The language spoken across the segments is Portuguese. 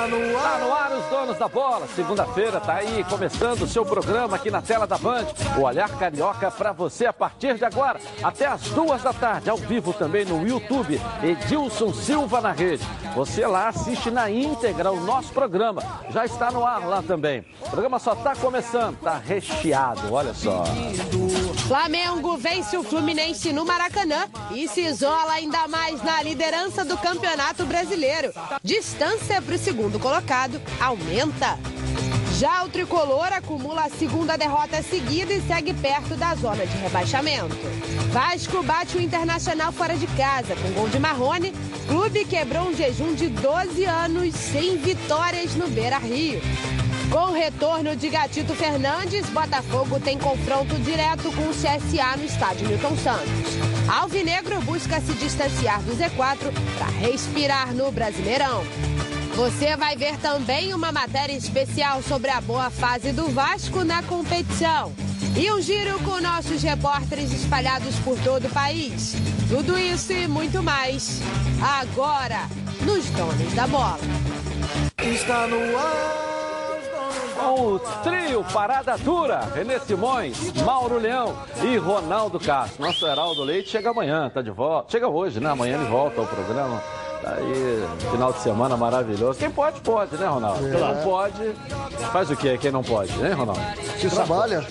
Está no ar os donos da bola. Segunda-feira tá aí, começando o seu programa aqui na tela da Band. O Olhar Carioca para você a partir de agora, até as 14h, ao vivo também no YouTube. Edilson Silva na rede. Você lá assiste na íntegra o nosso programa. Já está no ar lá também. O programa só tá começando, tá recheado, olha só. Flamengo vence o Fluminense no Maracanã e se isola ainda mais na liderança do Campeonato Brasileiro. Distância para o segundo colocado aumenta. Já o tricolor acumula a segunda derrota seguida e segue perto da zona de rebaixamento. Vasco bate o Internacional fora de casa com gol de Marrone. Clube quebrou um jejum de 12 anos sem vitórias no Beira-Rio. Com o retorno de Gatito Fernandes, Botafogo tem confronto direto com o CSA no estádio Newton Santos. Alvinegro busca se distanciar do Z4 para respirar no Brasileirão. Você vai ver também uma matéria especial sobre a boa fase do Vasco na competição. E um giro com nossos repórteres espalhados por todo o país. Tudo isso e muito mais, agora, nos Donos da Bola. Está no ar. Com o trio Parada Dura, Renê Simões, Mauro Leão e Ronaldo Castro. Nosso Heraldo Leite chega amanhã, tá de volta. Chega hoje, né? Amanhã ele volta ao programa. Tá aí, final de semana maravilhoso. Quem pode, pode, né, Ronaldo? Quem não pode, faz o quê? Quem não pode, né, Ronaldo? Se trabalha.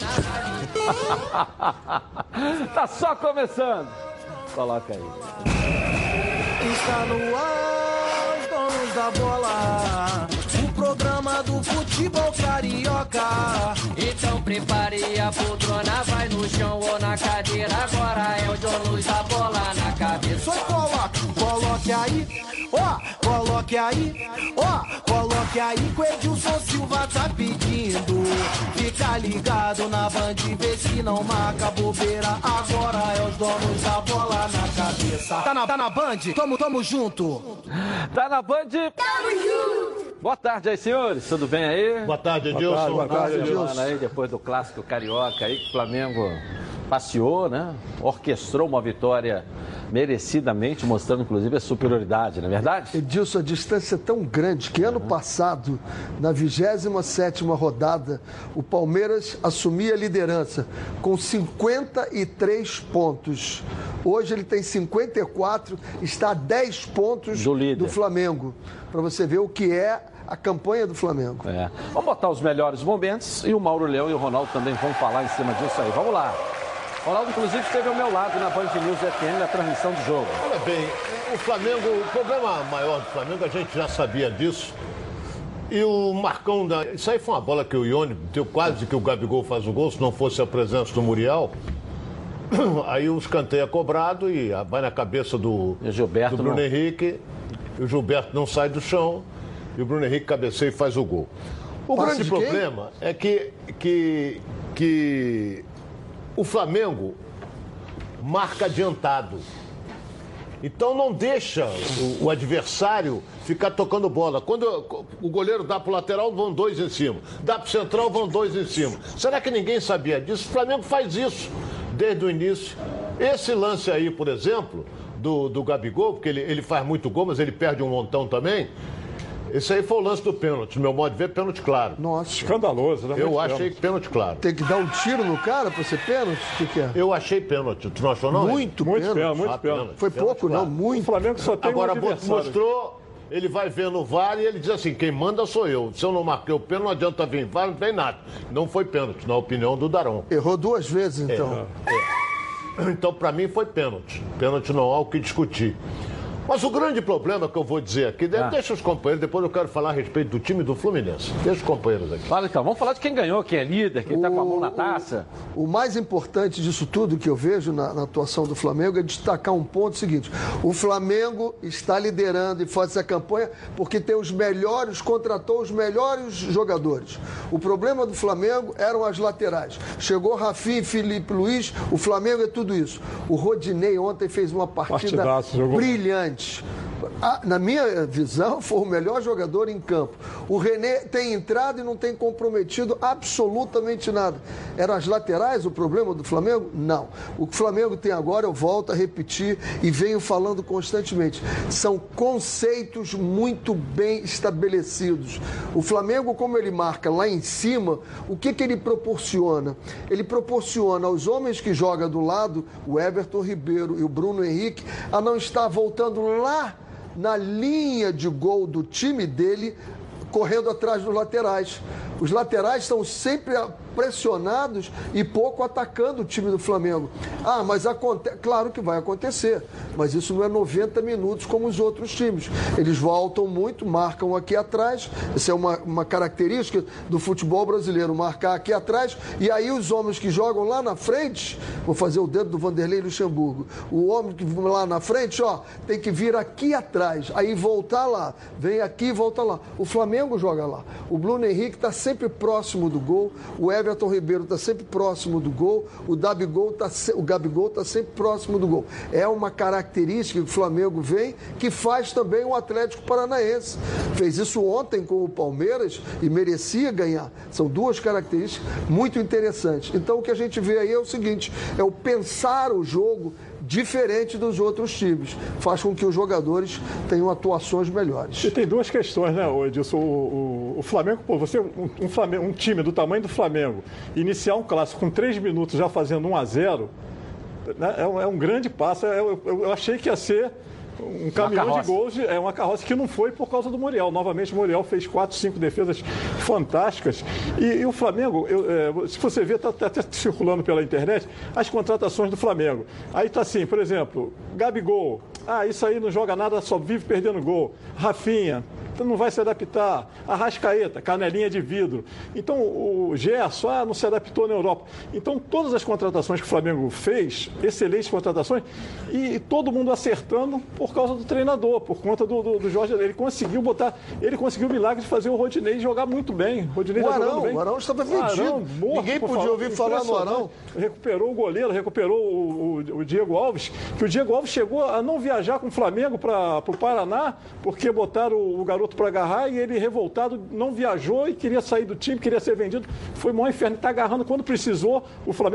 Tá só começando. Coloca aí. Está no ar, os donos da bola. O programa do futebol carioca. Então prepare a poltrona, vai no chão ou na cadeira. Agora é o donos da bola na cabeça. Só coloque aí, ó, coloque aí, ó, coloque aí que o Edilson Silva tá pedindo. Fica ligado na Band, vê se não marca bobeira. Agora é os donos da bola na cabeça. Tá na Band? Tamo junto. Tá na Band? Tamo junto. Boa tarde aí, senhores. Tudo bem aí? Boa tarde, Edilson. Boa tarde, Edilson. Aí, depois do clássico carioca aí, que o Flamengo passeou, né? Orquestrou uma vitória merecidamente, mostrando inclusive a superioridade, não é verdade? Edilson, a distância é tão grande que ano passado, na 27ª rodada, o Palmeiras assumia a liderança com 53 pontos. Hoje ele tem 54, está a 10 pontos do Flamengo. Para você ver o que é a campanha do Flamengo. É. Vamos botar os melhores momentos e o Mauro Leão e o Ronaldo também vão falar em cima disso aí. Vamos lá. O Ronaldo, inclusive, esteve ao meu lado na Band News FM na transmissão do jogo. Olha bem, o Flamengo, o problema maior do Flamengo, a gente já sabia disso. E o Marcão, isso aí foi uma bola que o Ione deu quase que o Gabigol faz o gol, se não fosse a presença do Muriel. Aí o escanteio é cobrado e vai na cabeça do Bruno Henrique. E o Gilberto não sai do chão e o Bruno Henrique cabeceia e faz o gol. O grande problema é que o Flamengo marca adiantado. Então não deixa o adversário ficar tocando bola. Quando o goleiro dá para o lateral, vão dois em cima. Dá para o central, vão dois em cima. Será que ninguém sabia disso? O Flamengo faz isso desde o início. Esse lance aí, por exemplo, do Gabigol, porque ele faz muito gol, mas ele perde um montão também. Esse aí foi o lance do pênalti, no meu modo de ver, pênalti claro. Nossa. Escandaloso, né? Eu achei pênalti claro. Tem que dar um tiro no cara pra ser pênalti? O que é? Eu achei pênalti. Tu não achou, não? Muito pênalti. Foi pouco, não? Muito. O Flamengo só tem agora mostrou, ele vai ver no VAR e ele diz assim, quem manda sou eu. Se eu não marquei o pênalti, não adianta vir VAR, não tem nada. Não foi pênalti, na opinião do Daron. Errou duas vezes, então. Então, pra mim, foi pênalti. Pênalti não há o que discutir. Mas o grande problema que eu vou dizer aqui, deixa os companheiros, depois eu quero falar a respeito do time do Fluminense. Deixa os companheiros aqui. Fala então, vamos falar de quem ganhou, quem é líder, quem está com a mão na taça. O mais importante disso tudo que eu vejo na atuação do Flamengo é destacar um ponto seguinte. O Flamengo está liderando e faz essa campanha porque tem os melhores, contratou os melhores jogadores. O problema do Flamengo eram as laterais. Chegou Rafinha e Felipe Luiz, o Flamengo é tudo isso. O Rodinei ontem fez uma partida brilhante. Na minha visão, foi o melhor jogador em campo. O René tem entrado e não tem comprometido absolutamente nada. Eram as laterais o problema do Flamengo? Não. O que o Flamengo tem agora, eu volto a repetir e venho falando constantemente, são conceitos muito bem estabelecidos. O Flamengo, como ele marca lá em cima, o que ele proporciona? Ele proporciona aos homens que jogam do lado, o Everton Ribeiro e o Bruno Henrique, a não estar voltando lá na linha de gol do time dele, correndo atrás dos laterais. Os laterais estão sempre pressionados e pouco atacando o time do Flamengo. Mas claro que vai acontecer, mas isso não é 90 minutos como os outros times. Eles voltam muito, marcam aqui atrás, essa é uma característica do futebol brasileiro, marcar aqui atrás, e aí os homens que jogam lá na frente, vou fazer o dedo do Vanderlei Luxemburgo, o homem que vai lá na frente, tem que vir aqui atrás, aí voltar lá, vem aqui e volta lá. O Flamengo joga lá. O Bruno Henrique está sempre próximo do gol, o Everton Ribeiro está sempre próximo do gol, o Gabigol está sempre próximo do gol. É uma característica que o Flamengo vem, que faz também o Atlético Paranaense. Fez isso ontem com o Palmeiras e merecia ganhar. São duas características muito interessantes. Então o que a gente vê aí é o seguinte, é o pensar o jogo diferente dos outros times. Faz com que os jogadores tenham atuações melhores. E tem duas questões, né, Edilson? O Flamengo, um time do tamanho do Flamengo, iniciar um clássico com 3 minutos já fazendo 1-0, né, é um grande passo. Eu achei que ia ser um caminhão de gols, uma carroça que não foi por causa do Muriel. Novamente, o Muriel fez 4, 5 defesas fantásticas. E o Flamengo, se você vê, está até circulando pela internet, as contratações do Flamengo. Aí está assim, por exemplo, Gabigol. Isso aí não joga nada, só vive perdendo gol. Rafinha, não vai se adaptar. Arrascaeta, canelinha de vidro. Então, o Gerson, não se adaptou na Europa. Então, todas as contratações que o Flamengo fez, excelentes contratações, e todo mundo acertando por causa do treinador, por conta do Jorge. Ele conseguiu o milagre de fazer o Rodinei jogar muito bem. O Arão estava vendido. Ninguém podia ouvir falar no Arão. Recuperou o goleiro, recuperou o Diego Alves, que o Diego Alves chegou a não viajar com o Flamengo para o Paraná, porque botaram o garoto para agarrar e ele, revoltado, não viajou e queria sair do time, queria ser vendido. Foi o maior inferno. Está agarrando quando precisou.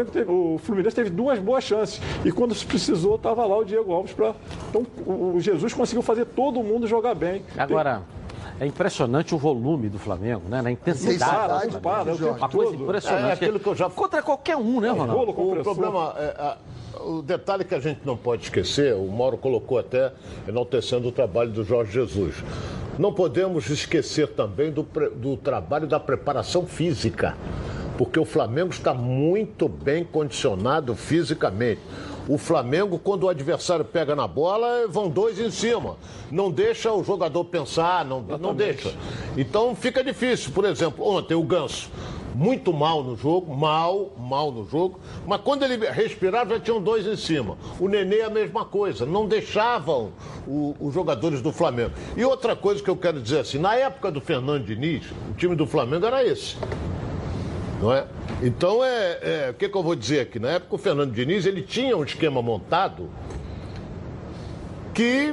O Fluminense teve 2 boas chances. E quando precisou, estava lá o Diego Alves para. Então, o Jesus conseguiu fazer todo mundo jogar bem. Agora, é impressionante o volume do Flamengo, né? Na intensidade. Uma coisa impressionante. É aquilo que eu já... Contra qualquer um, né, Ronaldo? O problema o detalhe que a gente não pode esquecer, o Mauro colocou até enaltecendo o trabalho do Jorge Jesus. Não podemos esquecer também do trabalho da preparação física, porque o Flamengo está muito bem condicionado fisicamente. O Flamengo, quando o adversário pega na bola, vão 2 em cima. Não deixa o jogador pensar, não deixa. Então fica difícil. Por exemplo, ontem o Ganso, muito mal no jogo, mal no jogo, mas quando ele respirava já tinham 2 em cima. O Nenê a mesma coisa, não deixavam os jogadores do Flamengo. E outra coisa que eu quero dizer assim, na época do Fernando Diniz, o time do Flamengo era esse. Não é? Então, o que eu vou dizer aqui? Na época, o Fernando Diniz, ele tinha um esquema montado que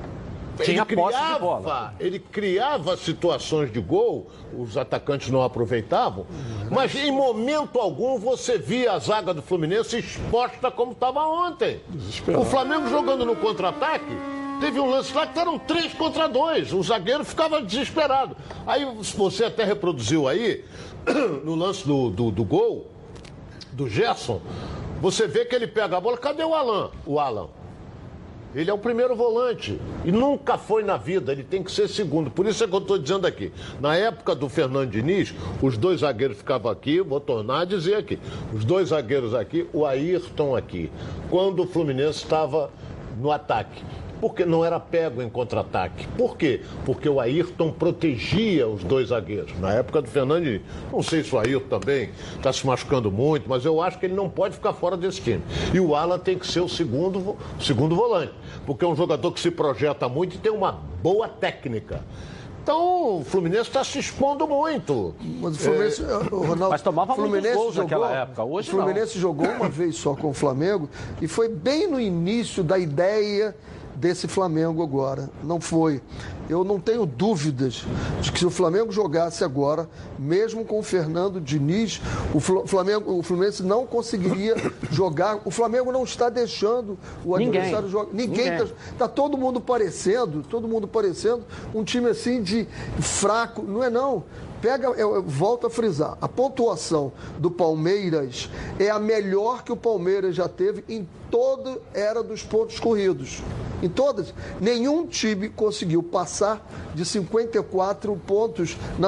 ele criava situações de gol, os atacantes não aproveitavam, mas em momento algum você via a zaga do Fluminense exposta como estava ontem. O Flamengo jogando no contra-ataque, teve um lance lá que eram 3 contra 2, o zagueiro ficava desesperado. Aí você até reproduziu aí, no lance do gol, do Gerson, você vê que ele pega a bola, cadê o Alan? O Alan. Ele é o primeiro volante e nunca foi na vida, ele tem que ser segundo. Por isso é que eu estou dizendo aqui. Na época do Fernando Diniz, os 2 zagueiros ficavam aqui, vou tornar a dizer aqui. Os 2 zagueiros aqui, o Ayrton aqui. Quando o Fluminense estava no ataque. Porque não era pego em contra-ataque. Por quê? Porque o Ayrton protegia os 2 zagueiros. Na época do Fernando Diniz. Não sei se o Ayrton também está se machucando muito, mas eu acho que ele não pode ficar fora desse time. E o Alan tem que ser o segundo volante. Porque é um jogador que se projeta muito e tem uma boa técnica. Então, o Fluminense está se expondo muito. Mas o Fluminense, Ronaldo, mas tomava muitos gols naquela época. Hoje o Fluminense jogou uma vez só com o Flamengo e foi bem no início da ideia desse Flamengo agora. Não foi. Eu não tenho dúvidas de que se o Flamengo jogasse agora, mesmo com o Fernando Diniz, o Fluminense não conseguiria jogar. O Flamengo não está deixando o adversário jogar. Ninguém. Está todo mundo parecendo um time assim de fraco. Não é não. Eu volto a frisar, a pontuação do Palmeiras é a melhor que o Palmeiras já teve em toda a era dos pontos corridos. Em todas. Nenhum time conseguiu passar de 54 pontos na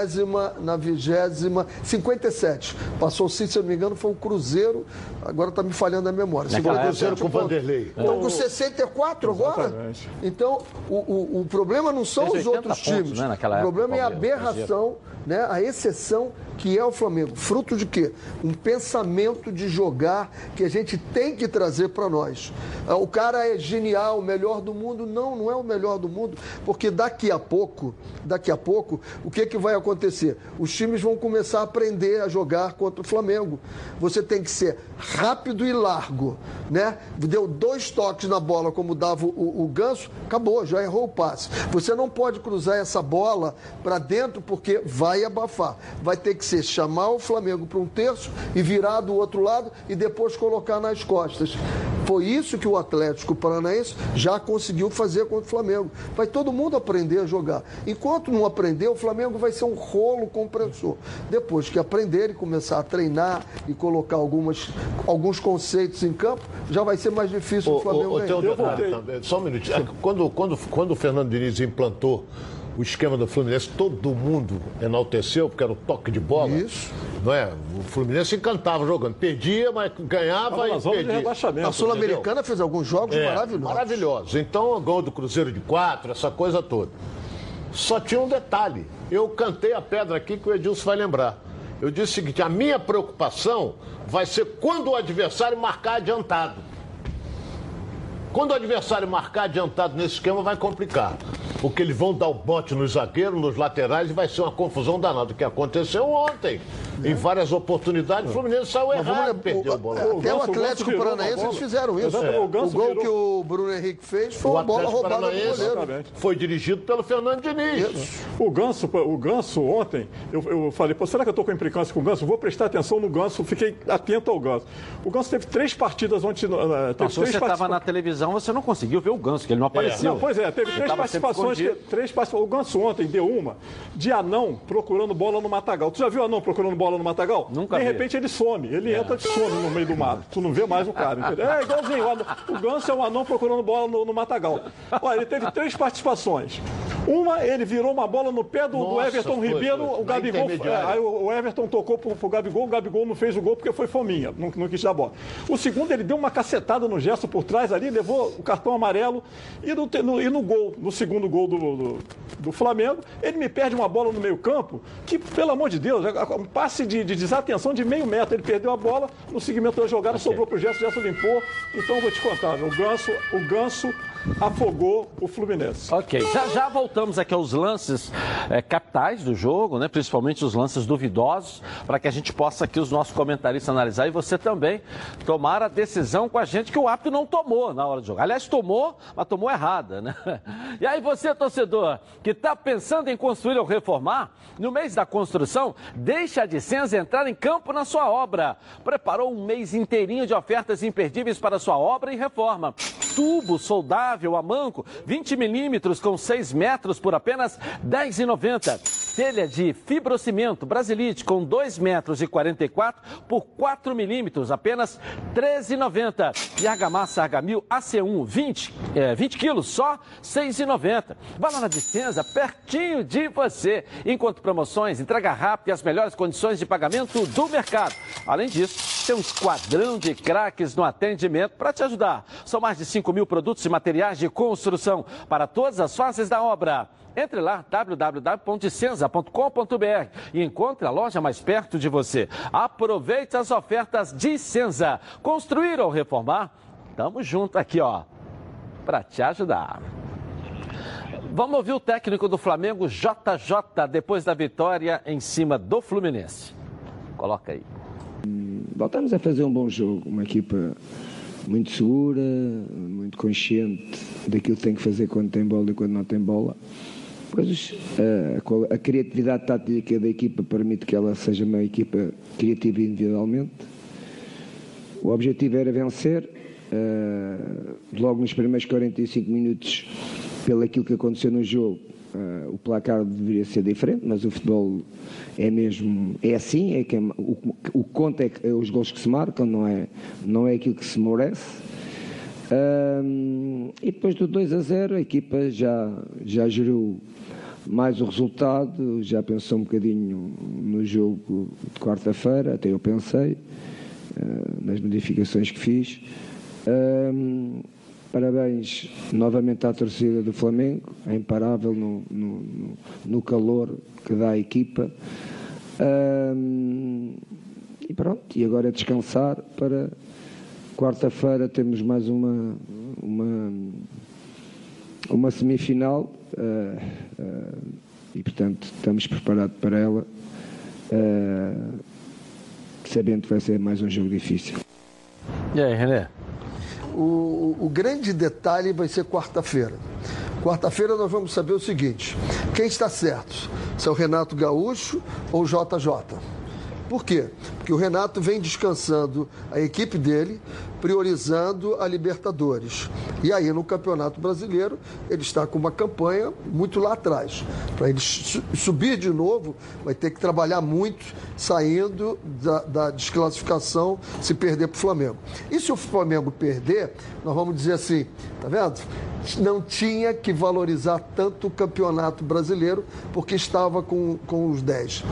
57. Passou, se eu não me engano, foi o Cruzeiro, agora está me falhando a memória. Cruzeiro com o Vanderlei. Então, com 64 agora? Exatamente. Então, o problema não são os outros times. Né, o problema é a aberração, né, a exceção que é o Flamengo. Fruto de quê? Um pensamento de jogar que a gente tem que trazer para nós. O cara é genial, o melhor do mundo. Não é o melhor do mundo, porque daqui a pouco, o que vai acontecer? Os times vão começar a aprender a jogar contra o Flamengo. Você tem que ser rápido e largo, né? Deu 2 toques na bola, como dava o Ganso, acabou, já errou o passe. Você não pode cruzar essa bola para dentro, porque vai abafar. Vai ter que ser chamar o Flamengo para um terço e virar do outro lado e depois colocar nas costas. Foi isso que o Atlético Paranaense já conseguiu fazer contra o Flamengo. Vai todo mundo aprender a jogar. Enquanto não aprender, o Flamengo vai ser um rolo compressor. Depois que aprender e começar a treinar e colocar alguns conceitos em campo, já vai ser mais difícil o Flamengo ganhar. Só um minutinho. Quando o Fernando Diniz implantou o esquema do Fluminense, todo mundo enalteceu, porque era o toque de bola. Isso. Não é? O Fluminense encantava jogando. Perdia, mas ganhava e perdia. A Sul-Americana fez alguns jogos maravilhosos. Maravilhosos. Então, o gol do Cruzeiro de 4, essa coisa toda. Só tinha um detalhe. Eu cantei a pedra aqui que o Edilson vai lembrar. Eu disse o seguinte, a minha preocupação vai ser quando o adversário marcar adiantado. Quando o adversário marcar adiantado nesse esquema, vai complicar. Porque eles vão dar o bote nos zagueiros, nos laterais, e vai ser uma confusão danada. O que aconteceu ontem. Em várias oportunidades, o Fluminense saiu errado, perdeu a bola. Até o Atlético Paranaense eles fizeram isso. O gol que o Bruno Henrique fez foi uma bola roubada do goleiro. Foi dirigido pelo Fernando Diniz. O Ganso ontem, eu falei, será que eu estou com implicância com o Ganso? Vou prestar atenção no Ganso, fiquei atento ao Ganso. O Ganso teve 3 partidas ontem. Se você estava na televisão, você não conseguiu ver o Ganso, que ele não apareceu. Pois é, teve 3 participações. O Ganso ontem deu uma de anão procurando bola no matagal. Tu já viu anão procurando bola no matagal? Nunca vi. De repente ele some, ele entra e some no meio do mato. Tu não vê mais o cara, entendeu? É igualzinho, o Ganso é um anão procurando bola no matagal. Olha, ele teve 3 participações. Uma, ele virou uma bola no pé do Everton Ribeiro, o Gabigol. Aí o Everton tocou pro Gabigol, o Gabigol não fez o gol porque foi fominha, não quis dar bola. O segundo, ele deu uma cacetada no Gerson por trás ali, levou o cartão amarelo e no gol, no segundo gol do Flamengo, ele me perde uma bola no meio-campo, que, pelo amor de Deus, um passe de desatenção de meio metro. Ele perdeu a bola, no segmento da jogada, sobrou pro Gerson, o Gerson limpou. Então, eu vou te contar, o Ganso afogou o Fluminense. Ok, já voltamos aqui aos lances capitais do jogo, né? Principalmente os lances duvidosos, para que a gente possa aqui, os nossos comentaristas, analisar e você também tomar a decisão com a gente que o árbitro não tomou na hora de jogar. Aliás, tomou, mas tomou errada, né? E aí você, torcedor, que está pensando em construir ou reformar, no mês da construção, deixa a Disensa entrar em campo na sua obra. Preparou um mês inteirinho de ofertas imperdíveis para sua obra e reforma. Tubo soldável a manco, 20 milímetros com 6 metros por apenas R$ 10,90. Telha de fibrocimento Brasilite com 2 metros e 44 por 4 milímetros, apenas R$ 13,90. E argamassa Argamil AC1 20 quilos, só R$ 6,90. Vá lá na Disensa, pertinho de você. Enquanto promoções, entrega rápida e as melhores condições de pagamento do mercado. Além disso, tem um esquadrão de craques no atendimento para te ajudar. São mais de 5.000 produtos e materiais de construção para todas as fases da obra. Entre lá, www.disensa.com.br e encontre a loja mais perto de você. Aproveite as ofertas Disensa. Construir ou reformar? Tamo junto aqui, ó, para te ajudar. Vamos ouvir o técnico do Flamengo, JJ, depois da vitória em cima do Fluminense. Coloca aí. Voltamos a fazer um bom jogo, uma equipa muito segura, muito consciente daquilo que tem que fazer quando tem bola e quando não tem bola. Pois a criatividade tática da equipa permite que ela seja uma equipa criativa individualmente. O objetivo era vencer. Logo nos primeiros 45 minutos, pelo aquilo que aconteceu no jogo, o placar deveria ser diferente, mas o futebol é assim, o que conta é os gols que se marcam, não é aquilo que se merece. E depois do 2-0 a equipa já gerou mais o resultado, já pensou um bocadinho no jogo de quarta-feira, até eu pensei nas modificações que fiz. Parabéns novamente à torcida do Flamengo, é imparável no calor que dá à equipa. E pronto, e agora é descansar para quarta-feira temos mais uma semifinal e portanto estamos preparados para ela, sabendo que vai ser mais um jogo difícil. E aí, René? O grande detalhe vai ser quarta-feira. Quarta-feira nós vamos saber o seguinte: quem está certo? Se é o Renato Gaúcho ou o JJ? Por quê? Porque o Renato vem descansando a equipe dele, priorizando a Libertadores. E aí, no Campeonato Brasileiro, ele está com uma campanha muito lá atrás. Para ele subir de novo, vai ter que trabalhar muito, saindo da desclassificação, se perder para o Flamengo. E se o Flamengo perder, nós vamos dizer assim, tá vendo? Não tinha que valorizar tanto o Campeonato Brasileiro, porque estava com os 10.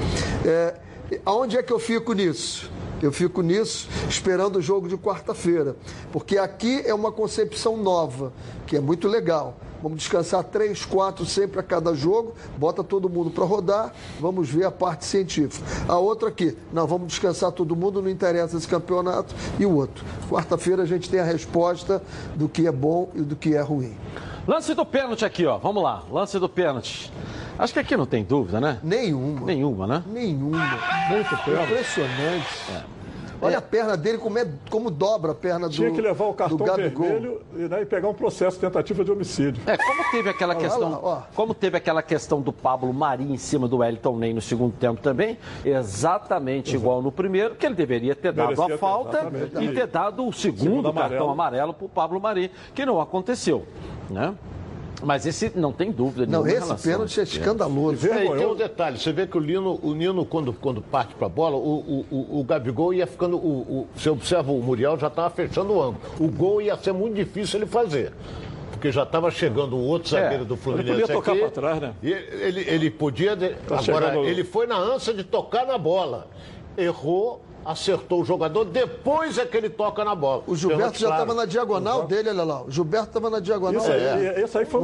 Aonde é que eu fico nisso? Eu fico nisso esperando o jogo de quarta-feira, porque aqui é uma concepção nova, que é muito legal. Vamos descansar 3, 4 sempre a cada jogo, bota todo mundo para rodar, vamos ver a parte científica. A outra aqui, não, vamos descansar todo mundo, não interessa esse campeonato, e o outro. Quarta-feira a gente tem a resposta do que é bom e do que é ruim. Lance do pênalti aqui, ó. Vamos lá, lance do pênalti. Acho que aqui não tem dúvida, né? Nenhuma, né? Nenhuma. Muito impressionante. Olha a perna dele, como dobra a perna Tinha que levar o cartão vermelho e pegar um processo de tentativa de homicídio. Como teve aquela questão, como teve aquela questão do Pablo Mari em cima do Wellington Ney no segundo tempo também, exatamente igual no primeiro, que ele deveria ter dado a falta e ter dado o segundo cartão amarelo para o Pablo Mari, que não aconteceu, né? Mas esse não tem dúvida nenhuma. Não, esse pênalti é escandaloso. E tem um detalhe, você vê que o Nino quando parte para a bola, o Gabigol ia ficando, você observa, o Muriel já estava fechando o ângulo. O gol ia ser muito difícil ele fazer, porque já estava chegando o outro zagueiro do Fluminense. Ele podia tocar para trás, né? E ele podia, agora ele foi na ânsia de tocar na bola, errou, acertou o jogador, depois é que ele toca na bola. O Gilberto já estava na diagonal dele, olha lá. O Gilberto estava na diagonal dele. Esse aí foi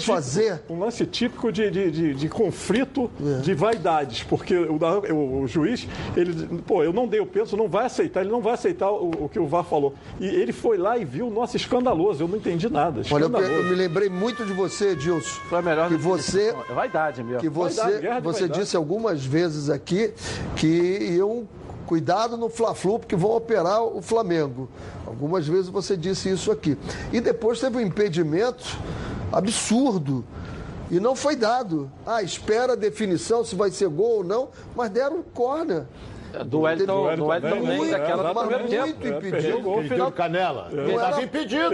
um lance típico de conflito de vaidades, porque o juiz, eu não dei o pênalti, ele não vai aceitar o que o VAR falou. E ele foi lá e viu, nossa, escandaloso, eu não entendi nada. Olha, eu me lembrei muito de você, Edilson. Foi a melhor que você é vaidade mesmo. Que você disse algumas vezes aqui que iam cuidado no Fla-Flu, porque vão operar o Flamengo. Algumas vezes você disse isso aqui. E depois teve um impedimento absurdo. E não foi dado. Espera a definição se vai ser gol ou não, mas deram um córner. Do Wellington Ney, daquela do primeiro tempo. Muito impedido. Gol final Canela. Estava impedido.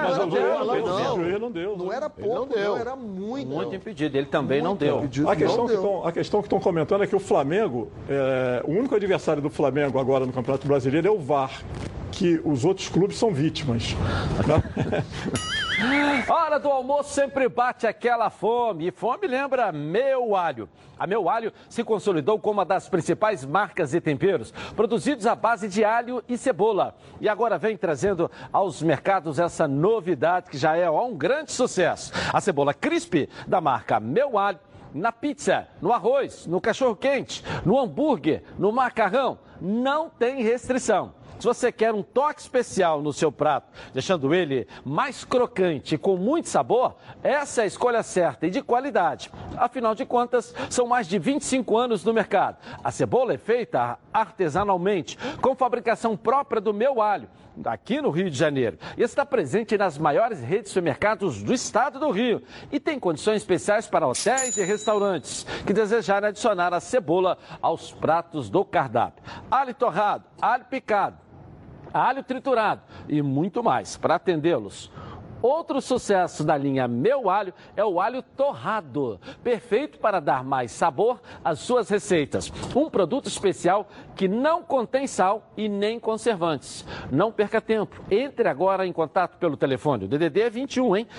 Não era pouco, não era muito. Muito impedido. Ele também não deu. A questão que estão comentando é que o Flamengo, o único adversário do Flamengo agora no Campeonato Brasileiro é o VAR, que os outros clubes são vítimas. Hora do almoço sempre bate aquela fome. E fome lembra Meu Alho. A Meu Alho se consolidou como uma das principais marcas de temperos, produzidos à base de alho e cebola. E agora vem trazendo aos mercados essa novidade que já é um grande sucesso. A cebola crisp da marca Meu Alho. Na pizza, no arroz, no cachorro-quente, no hambúrguer, no macarrão, não tem restrição. Se você quer um toque especial no seu prato, deixando ele mais crocante e com muito sabor, essa é a escolha certa e de qualidade. Afinal de contas, são mais de 25 anos no mercado. A cebola é feita artesanalmente, com fabricação própria do Meu Alho, aqui no Rio de Janeiro. E está presente nas maiores redes de supermercados do estado do Rio. E tem condições especiais para hotéis e restaurantes que desejarem adicionar a cebola aos pratos do cardápio. Alho torrado, alho picado, alho triturado e muito mais para atendê-los. Outro sucesso da linha Meu Alho é o alho torrado, perfeito para dar mais sabor às suas receitas. Um produto especial que não contém sal e nem conservantes. Não perca tempo, entre agora em contato pelo telefone. O DDD é 21, hein?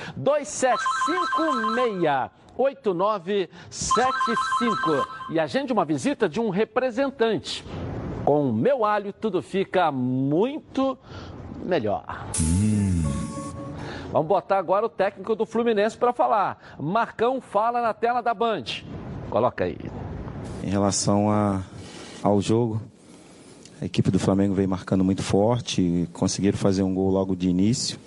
2756-8975 e agende uma visita de um representante. Com o Meu Alho, tudo fica muito melhor. Vamos botar agora o técnico do Fluminense para falar. Marcão fala na tela da Band. Coloca aí. Em relação ao jogo, a equipe do Flamengo veio marcando muito forte, conseguiram fazer um gol logo de início.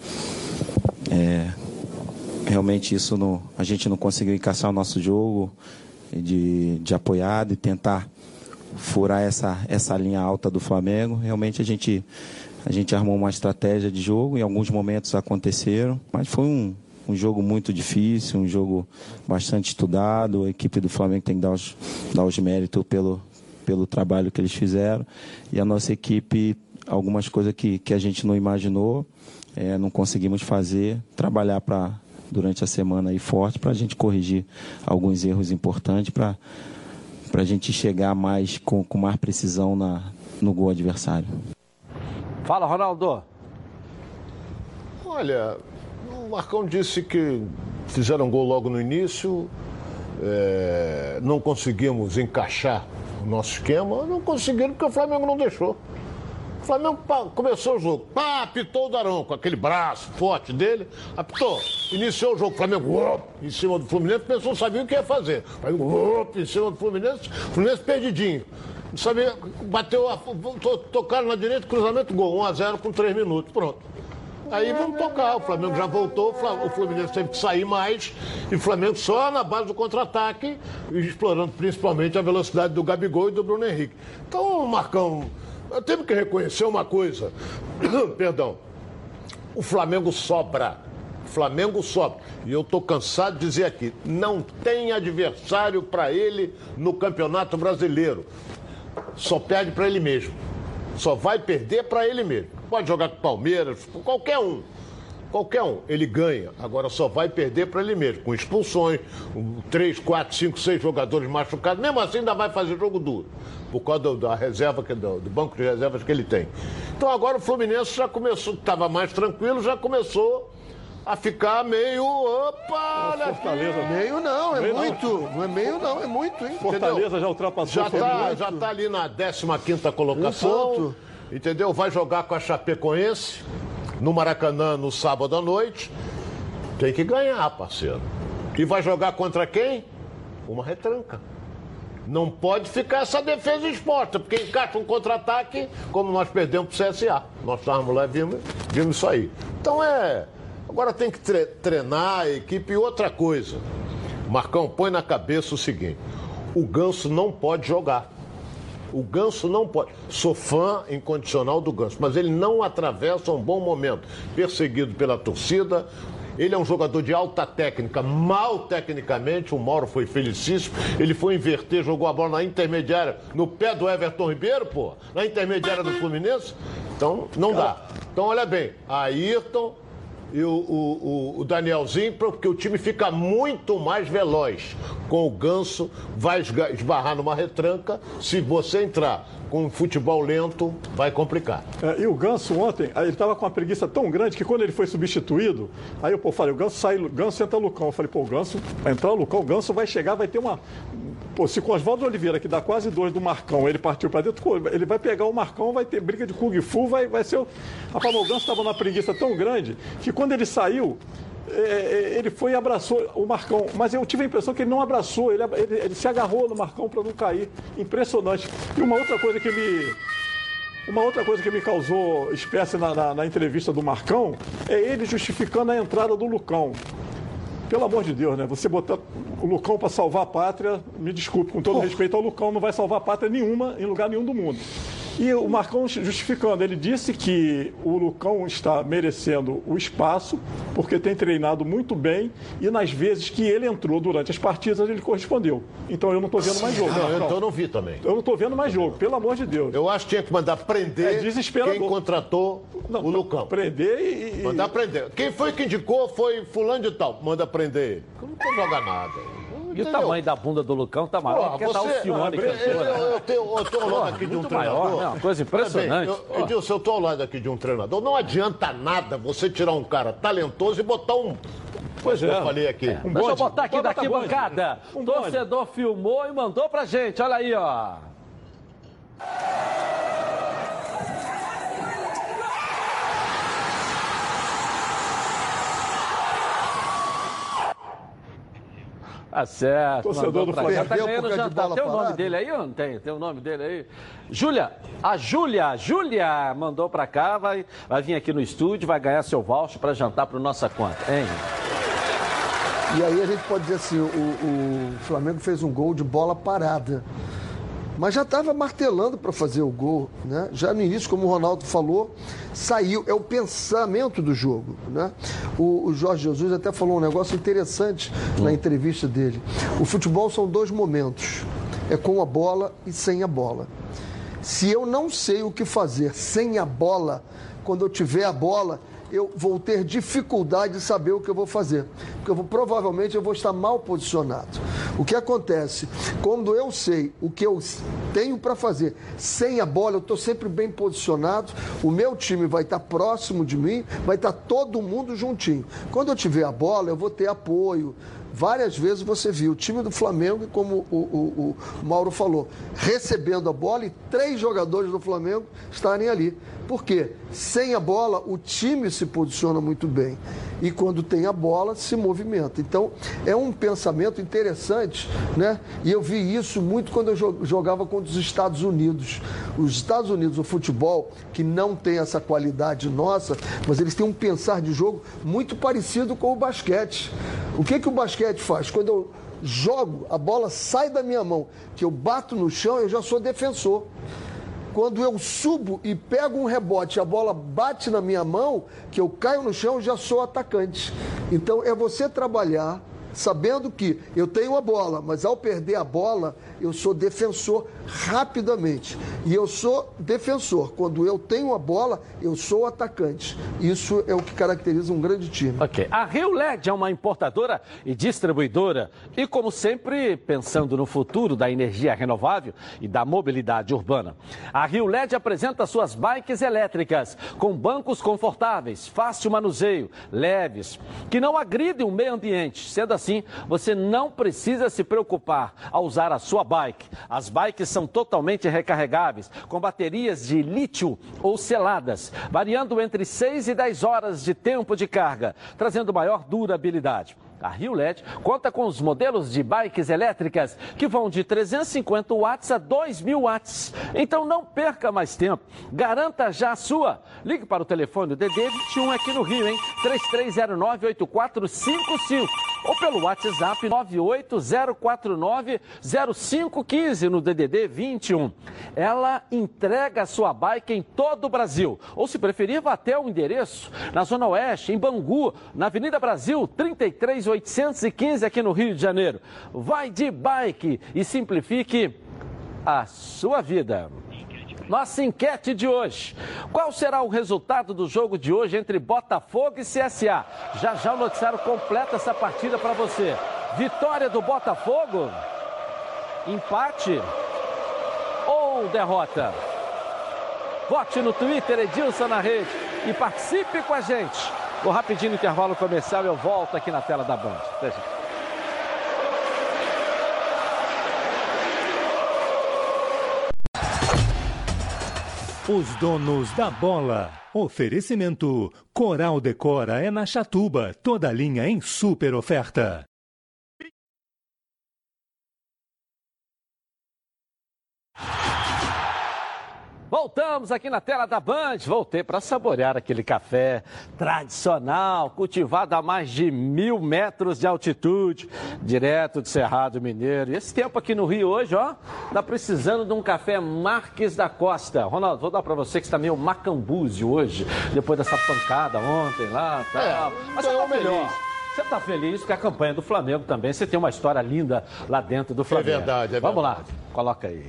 Realmente a gente não conseguiu encaixar o nosso jogo de apoiado e tentar furar essa linha alta do Flamengo. Realmente a gente armou uma estratégia de jogo, em alguns momentos aconteceram, mas foi um jogo muito difícil, um jogo bastante estudado. A equipe do Flamengo tem que dar os méritos pelo trabalho que eles fizeram. E a nossa equipe, algumas coisas que a gente não imaginou, não conseguimos fazer, trabalhar durante a semana aí forte para a gente corrigir alguns erros importantes, para a gente chegar mais com mais precisão no gol adversário. Fala, Ronaldo. Olha, o Marcão disse que fizeram gol logo no início, não conseguimos encaixar o nosso esquema, não conseguiram porque o Flamengo não deixou. O Flamengo começou o jogo, apitou o Daronco, com aquele braço forte dele, apitou, iniciou o jogo, o Flamengo em cima do Fluminense, pensou, não sabia o que ia fazer. Em cima do Fluminense perdidinho. Não sabia, bateu, tocaram na direita, cruzamento, gol, 1-0 com 3 minutos, pronto. Aí vamos tocar, o Flamengo já voltou, o Fluminense teve que sair mais, e o Flamengo só na base do contra-ataque, explorando principalmente a velocidade do Gabigol e do Bruno Henrique. Então, Marcão, eu tenho que reconhecer uma coisa, perdão, o Flamengo sobra. E eu estou cansado de dizer aqui, não tem adversário para ele no Campeonato Brasileiro. Só perde para ele mesmo. Só vai perder para ele mesmo. Pode jogar com o Palmeiras, com qualquer um. Ele ganha. Agora só vai perder para ele mesmo. Com expulsões, 3, 4, 5, 6 jogadores machucados. Mesmo assim ainda vai fazer jogo duro. Por causa da reserva, do banco de reservas que ele tem. Então agora o Fluminense já começou, estava mais tranquilo, já começou a ficar meio, opa, olha Fortaleza. aqui. Meio não, é muito. Não é meio não, é muito, hein? Fortaleza Entendeu? já ultrapassou. Já tá ali na 15ª colocação, entendeu? Vai jogar com a Chapecoense no Maracanã no sábado à noite. Tem que ganhar, parceiro. E vai jogar contra quem? Uma retranca. Não pode ficar essa defesa exposta, porque encaixa um contra-ataque, como nós perdemos pro CSA. Nós estávamos lá e vimos isso aí. Então agora tem que treinar a equipe. E outra coisa, Marcão, põe na cabeça o seguinte, o Ganso não pode jogar. O Ganso não pode. Sou fã incondicional do Ganso, mas ele não atravessa um bom momento. Perseguido pela torcida. Ele é um jogador de alta técnica, mal tecnicamente. O Mauro foi felicíssimo. Ele foi inverter, jogou a bola na intermediária, no pé do Everton Ribeiro, pô. Na intermediária do Fluminense. Então, não dá. Então, olha bem. Ayrton e o Danielzinho, porque o time fica muito mais veloz. Com o Ganso, vai esbarrar numa retranca. Se você entrar com um futebol lento, vai complicar. E o Ganso ontem, ele estava com uma preguiça tão grande que quando ele foi substituído, aí eu falei, o Ganso sai, Ganso entra o Lucão. Eu falei, o Ganso vai entrar o Lucão, o Ganso vai chegar, vai ter uma... se com o Oswaldo Oliveira, que dá quase 2 do Marcão, ele partiu para dentro, ele vai pegar o Marcão, vai ter briga de Kung Fu, vai ser... Rapaz, o Ganso estava numa preguiça tão grande que quando ele saiu, ele foi e abraçou o Marcão, mas eu tive a impressão que ele não abraçou, ele se agarrou no Marcão para não cair. Impressionante. E uma outra coisa que Uma outra coisa que me causou espécie na entrevista do Marcão é ele justificando a entrada do Lucão. Pelo amor de Deus, né? Você botar o Lucão para salvar a pátria, me desculpe, com todo respeito ao Lucão, não vai salvar a pátria nenhuma em lugar nenhum do mundo. E o Marcão justificando, ele disse que o Lucão está merecendo o espaço porque tem treinado muito bem e nas vezes que ele entrou durante as partidas ele correspondeu. Então eu não estou vendo mais jogo. Então eu não vi também. Eu não estou vendo mais jogo, pelo amor de Deus. Eu acho que tinha que mandar prender quem contratou o Lucão. Prender e... Mandar prender. Quem foi que indicou foi fulano de tal. Manda prender ele. Não pode jogar nada. E o tamanho da bunda do Lucão tá maior que a Alcione. Eu estou ao lado aqui de um treinador. Maior, né? Uma coisa impressionante. Edilson, eu estou ao lado aqui de um treinador. Não adianta nada você tirar um cara talentoso e botar um... Pois é. Eu falei aqui. Deixa eu botar aqui daqui bancada. O torcedor filmou e mandou pra gente. Olha aí, ó. Tá certo. Torcedor do Flamengo. Tá ganhando jantar. Tem o nome dele aí ou não tem? Tem o nome dele aí? Júlia. A Júlia mandou pra cá, vai vir aqui no estúdio, vai ganhar seu voucher pra jantar pro nossa conta, hein? E aí a gente pode dizer assim, o Flamengo fez um gol de bola parada. Mas já estava martelando para fazer o gol, né? Já no início, como o Ronaldo falou, saiu, é o pensamento do jogo, né? O Jorge Jesus até falou um negócio interessante na entrevista dele. O futebol são dois momentos, é com a bola e sem a bola. Se eu não sei o que fazer sem a bola, quando eu tiver a bola, eu vou ter dificuldade de saber o que eu vou fazer. Porque provavelmente eu vou estar mal posicionado. O que acontece? Quando eu sei o que eu tenho para fazer sem a bola, eu estou sempre bem posicionado, o meu time vai estar próximo de mim, vai estar todo mundo juntinho. Quando eu tiver a bola, eu vou ter apoio. Várias vezes você viu o time do Flamengo, como o Mauro falou, recebendo a bola e 3 jogadores do Flamengo estarem ali. Por quê? Sem a bola, o time se posiciona muito bem. E quando tem a bola, se movimenta. Então, é um pensamento interessante, né? E eu vi isso muito quando eu jogava contra os Estados Unidos. Os Estados Unidos, o futebol, que não tem essa qualidade nossa, mas eles têm um pensar de jogo muito parecido com o basquete. O que o basquete faz? Quando eu jogo, a bola sai da minha mão, que eu bato no chão, eu já sou defensor. Quando eu subo e pego um rebote, a bola bate na minha mão, que eu caio no chão, eu já sou atacante. Então, é você trabalhar sabendo que eu tenho a bola, mas ao perder a bola, eu sou defensor rapidamente. E eu sou defensor. Quando eu tenho a bola, eu sou atacante. Isso é o que caracteriza um grande time. Ok. A Rio LED é uma importadora e distribuidora. E, como sempre, pensando no futuro da energia renovável e da mobilidade urbana. A Rio LED apresenta suas bikes elétricas, com bancos confortáveis, fácil manuseio, leves, que não agridem o meio ambiente. Sendo assim, você não precisa se preocupar ao usar a sua bike. As bikes são totalmente recarregáveis, com baterias de lítio ou seladas, variando entre 6 e 10 horas de tempo de carga, trazendo maior durabilidade. A Rio LED conta com os modelos de bikes elétricas que vão de 350 watts a 2.000 watts. Então não perca mais tempo. Garanta já a sua. Ligue para o telefone DD 21 aqui no Rio, hein? 3309-8455. Ou pelo WhatsApp 98049-0515 no DDD 21. Ela entrega a sua bike em todo o Brasil. Ou, se preferir, vá até o endereço na Zona Oeste, em Bangu, na Avenida Brasil 33.815 aqui no Rio de Janeiro. Vai de bike e simplifique a sua vida. Nossa enquete de hoje. Qual será o resultado do jogo de hoje entre Botafogo e CSA? Já já o noticiário completa essa partida para você. Vitória do Botafogo? Empate? Ou derrota? Vote no Twitter, Edilson na rede, e participe com a gente. Vou rapidinho no intervalo comercial, eu volto aqui na tela da Band. Até já. Os donos da bola. Oferecimento. Coral Decora é na Chatuba. Toda linha em super oferta. Voltamos aqui na tela da Band. Voltei para saborear aquele café tradicional, cultivado a mais de 1.000 metros de altitude, direto de Cerrado Mineiro. E esse tempo aqui no Rio hoje, ó, tá precisando de um café Marques da Costa. Ronaldo, vou dar para você que está meio macambúzio hoje, depois dessa pancada ontem lá, tal. Mas você tá melhor. Você está feliz porque a campanha do Flamengo também, você tem uma história linda lá dentro do Flamengo. É verdade, Vamos lá, coloca aí.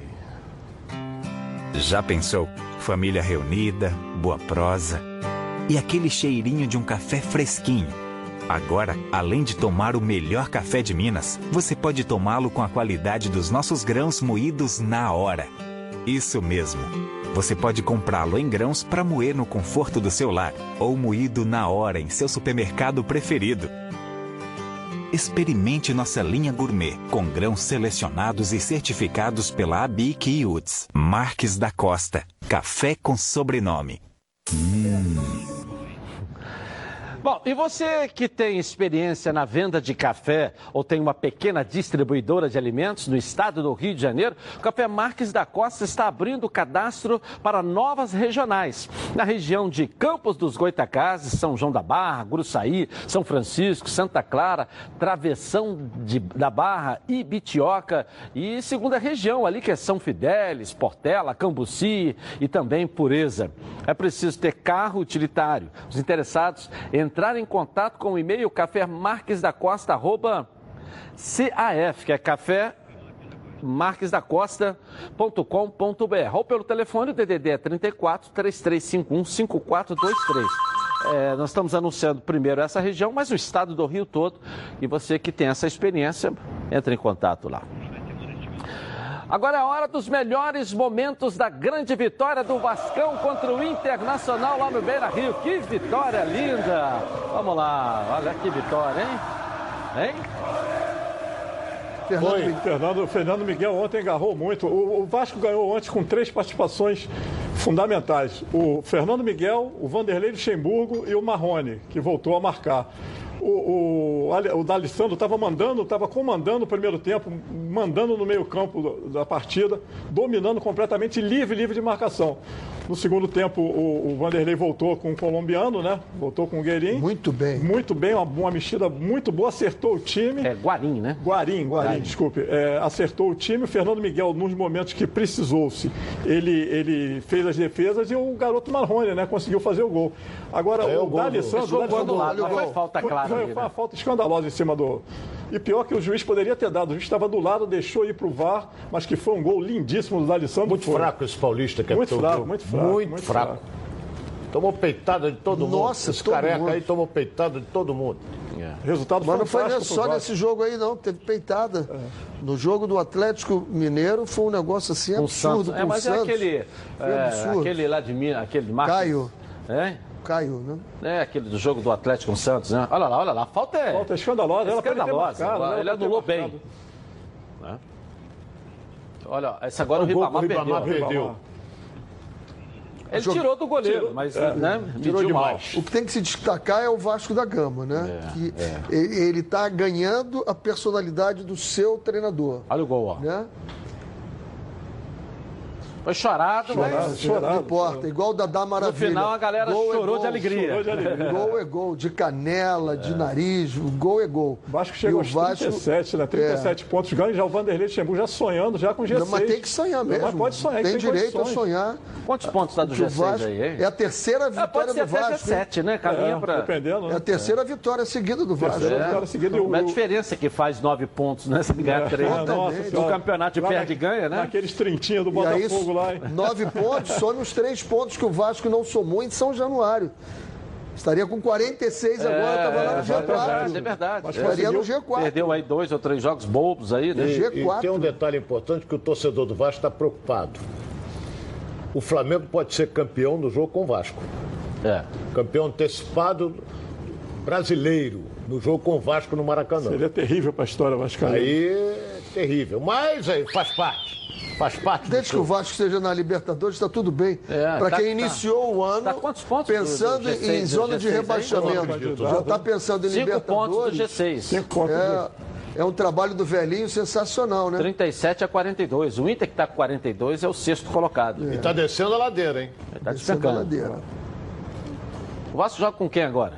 Já pensou? Família reunida, boa prosa e aquele cheirinho de um café fresquinho. Agora, além de tomar o melhor café de Minas, você pode tomá-lo com a qualidade dos nossos grãos moídos na hora. Isso mesmo. Você pode comprá-lo em grãos para moer no conforto do seu lar ou moído na hora em seu supermercado preferido. Experimente nossa linha gourmet, com grãos selecionados e certificados pela ABIC e UTS. Marques da Costa. Café com sobrenome. Bom, e você que tem experiência na venda de café ou tem uma pequena distribuidora de alimentos no estado do Rio de Janeiro, o Café Marques da Costa está abrindo cadastro para novas regionais. Na região de Campos dos Goitacazes, São João da Barra, Gruçaí, São Francisco, Santa Clara, Travessão da Barra, Ibitioca e segunda região ali que é São Fidélis, Portela, Cambuci e também Pureza. É preciso ter carro utilitário. Os interessados entrar em contato com o e-mail cafémarquesdacosta@caf, que é cafémarquesdacosta.com.br, ou pelo telefone DDD 34 3351 5423. Nós estamos anunciando primeiro essa região, mas o estado do Rio todo. E você que tem essa experiência, entre em contato lá. Agora é a hora dos melhores momentos da grande vitória do Vascão contra o Internacional lá no Beira-Rio. Que vitória linda! Vamos lá, olha que vitória, hein? Fernando Miguel ontem agarrou muito. O Vasco ganhou ontem com 3 participações fundamentais. O Fernando Miguel, o Vanderlei Luxemburgo e o Marrone, que voltou a marcar. O D'Alessandro estava comandando o primeiro tempo, mandando no meio campo da partida, dominando completamente, livre de marcação. No segundo tempo, o Vanderlei voltou com o colombiano, né? Voltou com o Guerin. Muito bem, uma mexida muito boa, acertou o time. Guarim, né? Guarim, desculpe. Acertou o time, o Fernando Miguel, nos momentos que precisou-se, ele fez as defesas e o garoto Marrone, né? Conseguiu fazer o gol. Agora, o D'Alessandro... Foi falta clara. Foi uma falta escandalosa em cima do... E pior que o juiz poderia ter dado. O juiz estava do lado, deixou ir para o VAR, mas que foi um gol lindíssimo do D'Alessandro. Muito fraco esse paulista que muito fraco. Tomou peitada de todo mundo. Nossa, esse careca aí tomou peitada de todo mundo. Resultado mas não foi só nesse jogo aí, não. Teve peitada. No jogo do Atlético Mineiro foi um negócio assim absurdo. Mas é aquele lá de Minas, aquele Marcos. Caio. Caio, né? Aquele do jogo do Atlético com o Santos, né? Olha lá, a falta é escandalosa. Ele anulou bem. Olha, esse agora o Ribamar perdeu. Ele tirou do goleiro, mas tirou demais. O que tem que se destacar é o Vasco da Gama, né? Ele está ganhando a personalidade do seu treinador. Olha o gol, ó. Né? Foi chorado. Não importa, igual o Dadá Maravilha. No final a galera chorou de alegria. Gol é gol, de canela, de nariz, o gol é gol. O Vasco chegou aos 37, né? 37 pontos ganhos, já o Vanderlei Luxemburgo já sonhando, já com G6. Mas tem que sonhar mesmo. Mas pode sonhar, tem direito a sonhar. Quantos pontos está do G6 Vasco, aí, hein? É a terceira vitória do Vasco. G7, né? Caminha para... Dependendo, né? É a terceira vitória seguida do Vasco. A diferença que faz 9 pontos, né? Se ganhar 3. No campeonato de perde e ganha, né? Naqueles trintinhos do Botafogo lá, hein? 9 pontos, some os 3 pontos que o Vasco não somou em São Januário. Estaria com 46 agora, estava lá no G4. É verdade. Mas estaria no G4. Perdeu aí 2 ou 3 jogos bobos aí, né? G4. E tem um detalhe importante que o torcedor do Vasco está preocupado. O Flamengo pode ser campeão do jogo com o Vasco. Campeão antecipado brasileiro no jogo com o Vasco no Maracanã. Seria terrível para a história vascaína. Aí é terrível, mas aí faz parte. Faz parte. Desde que o Vasco esteja na Libertadores, está tudo bem. Para quem iniciou o ano pensando em zona de rebaixamento. Já está pensando em Libertadores. 5 pontos do G6. 5 pontos. É um trabalho do velhinho sensacional, né? 37-42. O Inter que está com 42 é o sexto colocado. E está descendo a ladeira, hein? Está despencando. O Vasco joga com quem agora?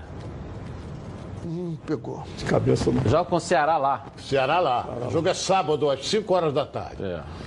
Pegou. De cabeça não. Joga com o Ceará lá. Ceará lá. O jogo é sábado, às 5 horas da tarde.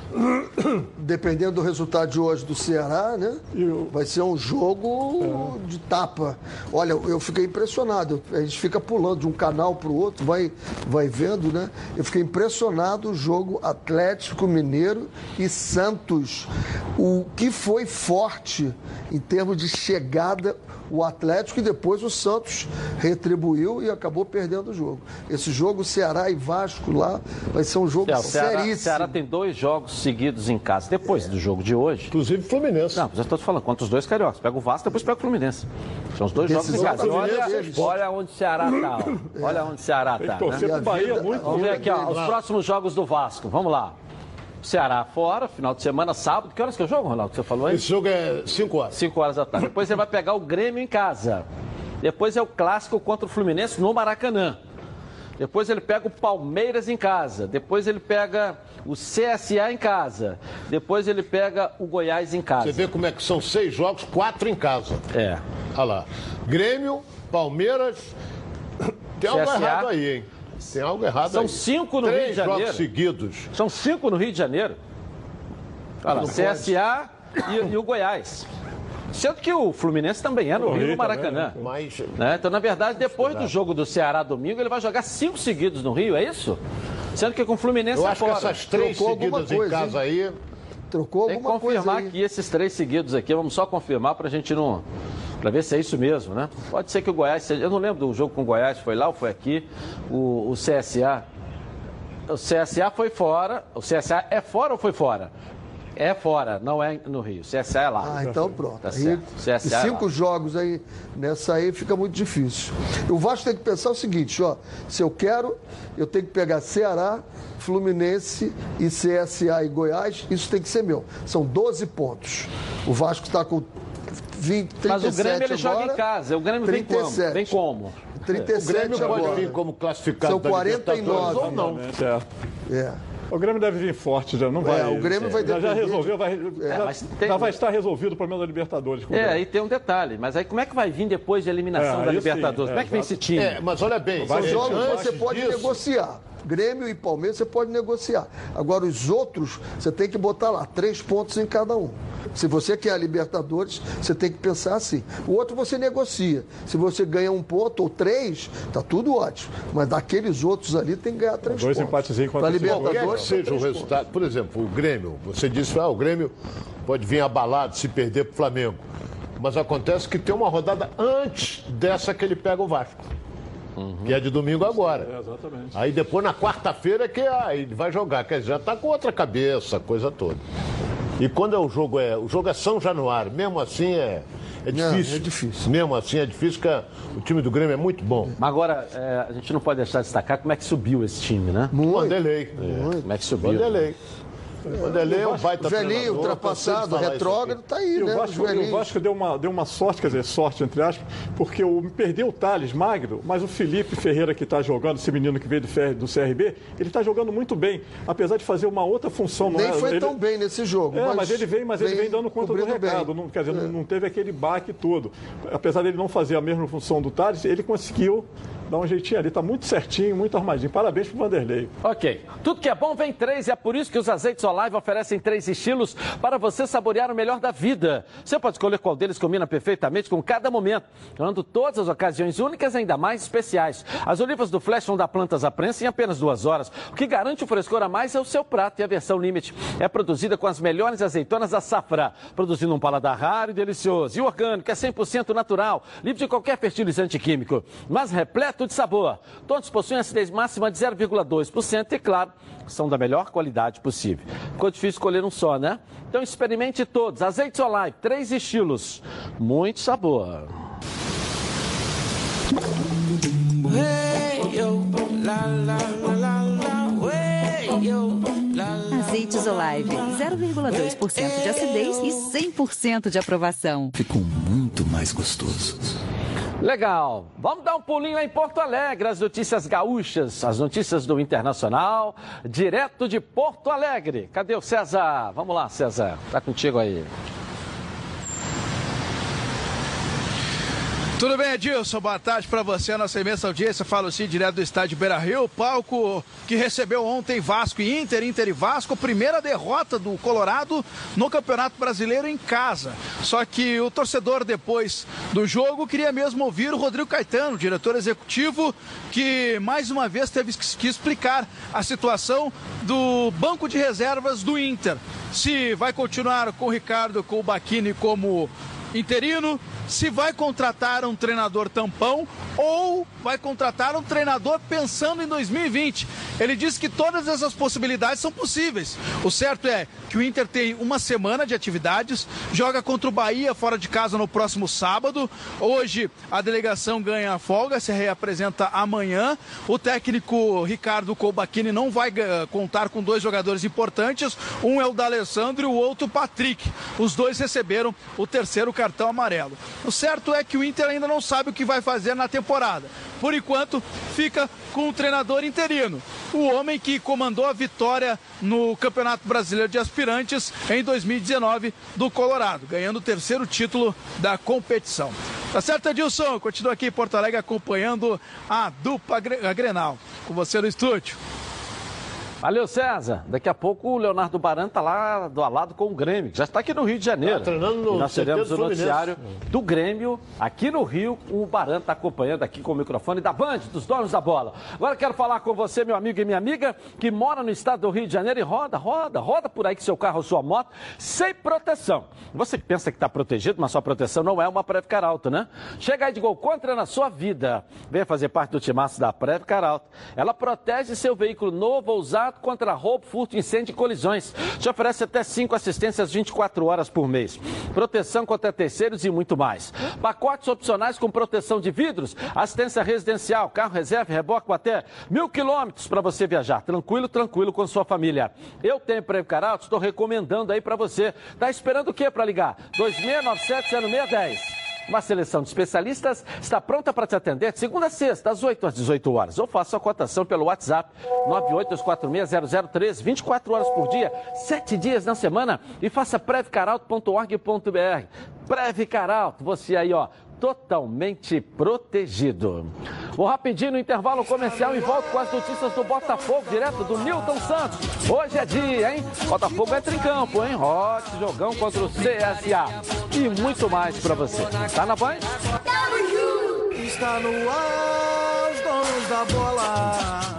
Dependendo do resultado de hoje do Ceará, né? Vai ser um jogo de tapa. Olha, eu fiquei impressionado. A gente fica pulando de um canal para o outro, vai vendo, né? Eu fiquei impressionado o jogo Atlético Mineiro e Santos. O que foi forte em termos de chegada, o Atlético, e depois o Santos retribuiu e acabou perdendo o jogo. Esse jogo Ceará e Vasco lá vai ser um jogo seríssimo. O Ceará tem 2 jogos seguidos em casa. Depois do jogo de hoje... Inclusive Fluminense. Não, já estou falando, contra os 2 cariocas. Pega o Vasco, depois pega o Fluminense. São os 2 jogos em casa. Olha onde o Ceará está. Olha onde o Ceará está. Vamos ver aqui, ó, os próximos jogos do Vasco. Vamos lá. Ceará fora, final de semana, sábado. Que horas que é o jogo, Ronaldo, que você falou aí? Esse jogo é 5 horas. 5 horas da tarde. Depois ele vai pegar o Grêmio em casa. Depois é o clássico contra o Fluminense no Maracanã. Depois ele pega o Palmeiras em casa. Depois ele pega o CSA em casa. Depois ele pega o Goiás em casa. Você vê como é que são 6 jogos, 4 em casa. É. Olha lá. Grêmio, Palmeiras. Tem algo errado aí, hein? Tem algo errado São aí. 5 no Rio de Janeiro. 3 jogos seguidos. São 5 no Rio de Janeiro. Olha lá, CSA e o Goiás. Sendo que o Fluminense também é no Rio, no Maracanã. Também, mas... né? Então, na verdade, depois do jogo do Ceará domingo, ele vai jogar 5 seguidos no Rio, é isso? Sendo que com o Fluminense eu acho que essas 3 seguidas em casa aí... Trocou tem que alguma coisa confirmar aí. que esses 3 seguidos aqui, vamos só confirmar pra gente não... Pra ver se é isso mesmo, né? Pode ser que o Goiás seja... Eu não lembro do jogo com o Goiás, foi lá ou foi aqui? O CSA... O CSA foi fora. O CSA é fora ou foi fora? É fora, não é no Rio. CSA é lá. Ah, então pronto. Tá aí, certo. CSA 5 jogos aí, nessa aí fica muito difícil. O Vasco tem que pensar o seguinte, ó. Se eu quero, eu tenho que pegar Ceará, Fluminense e CSA e Goiás. Isso tem que ser meu. São 12 pontos. O Vasco está com 20, 37 Mas o Grêmio ele agora, joga em casa. O Grêmio 37. vem como? 37 o Grêmio agora. pode vir como classificado São da 49 ou não. O Grêmio deve vir forte, já não vai. O Grêmio vai já resolveu, já vai estar resolvido o problema da Libertadores. Aí tem um detalhe, mas aí como é que vai vir depois de eliminação da Libertadores? Como é que vem esse time? Mas olha bem, são jogos que você pode negociar. Grêmio e Palmeiras você pode negociar. Agora os outros, você tem que botar lá 3 pontos em cada um. Se você quer a Libertadores, você tem que pensar assim. O outro você negocia. Se você ganha 1 ponto ou 3, tá tudo ótimo. Mas daqueles outros ali tem que ganhar 3 pontos. 2 empatezinhos contra a Libertadores. Qualquer que seja o resultado, por exemplo, o Grêmio, você disse, o Grêmio pode vir abalado se perder para o Flamengo. Mas acontece que tem uma rodada antes dessa que ele pega o Vasco. Que é de domingo agora. Exatamente. Aí depois, na quarta-feira, que ele vai jogar. Quer dizer, já está com outra cabeça, coisa toda. E quando o jogo é São Januário, mesmo assim é difícil. Não, é difícil. Mesmo assim é difícil, porque o time do Grêmio é muito bom. Mas agora, a gente não pode deixar de destacar como é que subiu esse time, né? Vanderlei. Como é que subiu? Vanderlei. Vanderlei é um baita velhinho, ultrapassado, retrógrado, tá aí, né? O Vasco deu uma sorte, quer dizer, sorte entre aspas, porque perdeu o Thales Magno, mas o Felipe Ferreira que está jogando, esse menino que veio do CRB, ele está jogando muito bem, apesar de fazer uma outra função. Nem foi tão bem nesse jogo. Mas ele vem dando conta do recado, quer dizer, não teve aquele baque todo. Apesar dele não fazer a mesma função do Thales, ele conseguiu dar um jeitinho ali, está muito certinho, muito armadinho. Parabéns pro Vanderlei. Ok. Tudo que é bom vem 3 e é por isso que os azeites Olive oferecem 3 estilos para você saborear o melhor da vida. Você pode escolher qual deles combina perfeitamente com cada momento, tornando todas as ocasiões únicas e ainda mais especiais. As olivas do Flash vão dar plantas à prensa em apenas 2 horas. O que garante o frescor a mais é o seu prato, e a versão Limite é produzida com as melhores azeitonas da safra, produzindo um paladar raro e delicioso. E o orgânico é 100% natural, livre de qualquer fertilizante químico, mas repleto de sabor. Todos possuem acidez máxima de 0,2% e, claro, são da melhor qualidade possível. Ficou difícil escolher um só, né? Então experimente todos. Azeites Olive, 3 estilos. Muito sabor. Azeites Olive, 0,2% de acidez e 100% de aprovação. Ficou muito mais gostoso. Legal. Vamos dar um pulinho em Porto Alegre, as notícias gaúchas, as notícias do Internacional, direto de Porto Alegre. Cadê o César? Vamos lá, César. Tá contigo aí. Tudo bem, Edilson? Boa tarde para você, a nossa imensa audiência. Falo sim, direto do estádio Beira-Rio, palco que recebeu ontem Vasco e Inter e Vasco, primeira derrota do Colorado no Campeonato Brasileiro em casa. Só que o torcedor, depois do jogo, queria mesmo ouvir o Rodrigo Caetano, diretor executivo, que mais uma vez teve que explicar a situação do banco de reservas do Inter. Se vai continuar com o Ricardo Colbachini como interino, se vai contratar um treinador tampão ou vai contratar um treinador pensando em 2020. Ele disse que todas essas possibilidades são possíveis. O certo é que o Inter tem uma semana de atividades, joga contra o Bahia fora de casa no próximo sábado. Hoje a delegação ganha folga, se reapresenta amanhã. O técnico Ricardo Colbachini não vai contar com dois jogadores importantes. Um é o D'Alessandro e o outro o Patrick. Os dois receberam o terceiro cartão amarelo. O certo é que o Inter ainda não sabe o que vai fazer na temporada. Por enquanto, fica com o treinador interino, o homem que comandou a vitória no Campeonato Brasileiro de Aspirantes em 2019 do Colorado, ganhando o terceiro título da competição. Tá certo, Edilson? Continua aqui em Porto Alegre acompanhando a dupla Grenal. Com você no estúdio. Valeu, César. Daqui a pouco o Leonardo Baran está lá do lado com o Grêmio, que já está aqui no Rio de Janeiro. Tá treinando no e nós teremos o noticiário Fluminense do Grêmio aqui no Rio. O Baran está acompanhando aqui com o microfone da Band, dos donos da bola. Agora quero falar com você, meu amigo e minha amiga, que mora no estado do Rio de Janeiro e roda por aí com seu carro ou sua moto sem proteção. Você que pensa que está protegido, mas sua proteção não é uma Previcar Auto, né? Chega aí de gol contra na sua vida. Venha fazer parte do timaço da Previcar Auto. Ela protege seu veículo novo ou usado contra roubo, furto, incêndio e colisões. Te oferece até 5 assistências 24 horas por mês. Proteção contra terceiros e muito mais. Pacotes opcionais com proteção de vidros, assistência residencial, carro reserva, reboque até 1.000 quilômetros para você viajar. Tranquilo com sua família. Eu tenho Previcar Auto, estou recomendando aí para você. Tá esperando o quê para ligar? 2697-0610. Uma seleção de especialistas está pronta para te atender de segunda a sexta, das 8 às 18 horas. Ou faça a cotação pelo WhatsApp 982460013, 24 horas por dia, 7 dias na semana. E faça previcarauto.org.br. Previcar Auto, você aí, ó, totalmente protegido. Vou rapidinho no intervalo comercial e volto com as notícias do Botafogo, direto do Newton Santos. Hoje é dia, hein? Botafogo entra em campo, hein? Ótimo jogão contra o CSA. E muito mais pra você. Tá na Band? Está no ar, os donos da bola.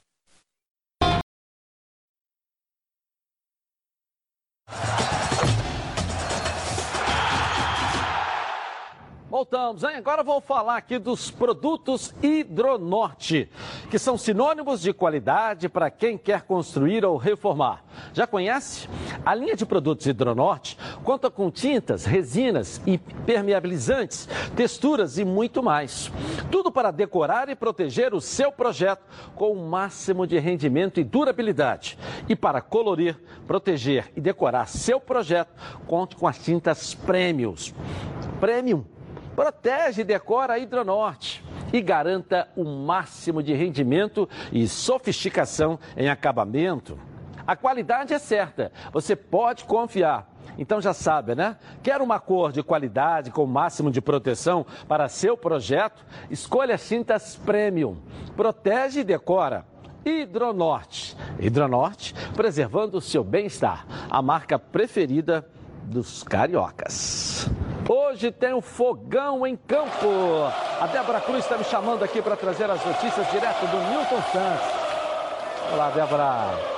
Voltamos, hein? Agora vou falar aqui dos produtos Hidronorte, que são sinônimos de qualidade para quem quer construir ou reformar. Já conhece? A linha de produtos Hidronorte conta com tintas, resinas, impermeabilizantes, texturas e muito mais. Tudo para decorar e proteger o seu projeto com o máximo de rendimento e durabilidade. E para colorir, proteger e decorar seu projeto, conte com as tintas Premium. Protege e decora a Hidronorte e garanta o máximo de rendimento e sofisticação em acabamento. A qualidade é certa, você pode confiar. Então já sabe, né? Quer uma cor de qualidade com o máximo de proteção para seu projeto? Escolha as tintas Premium. Protege e decora. Hidronorte. Hidronorte, preservando o seu bem-estar. A marca preferida dos cariocas. Hoje tem um fogão em campo. A Débora Cruz está me chamando aqui para trazer as notícias direto do Newton Santos. Olá, Débora.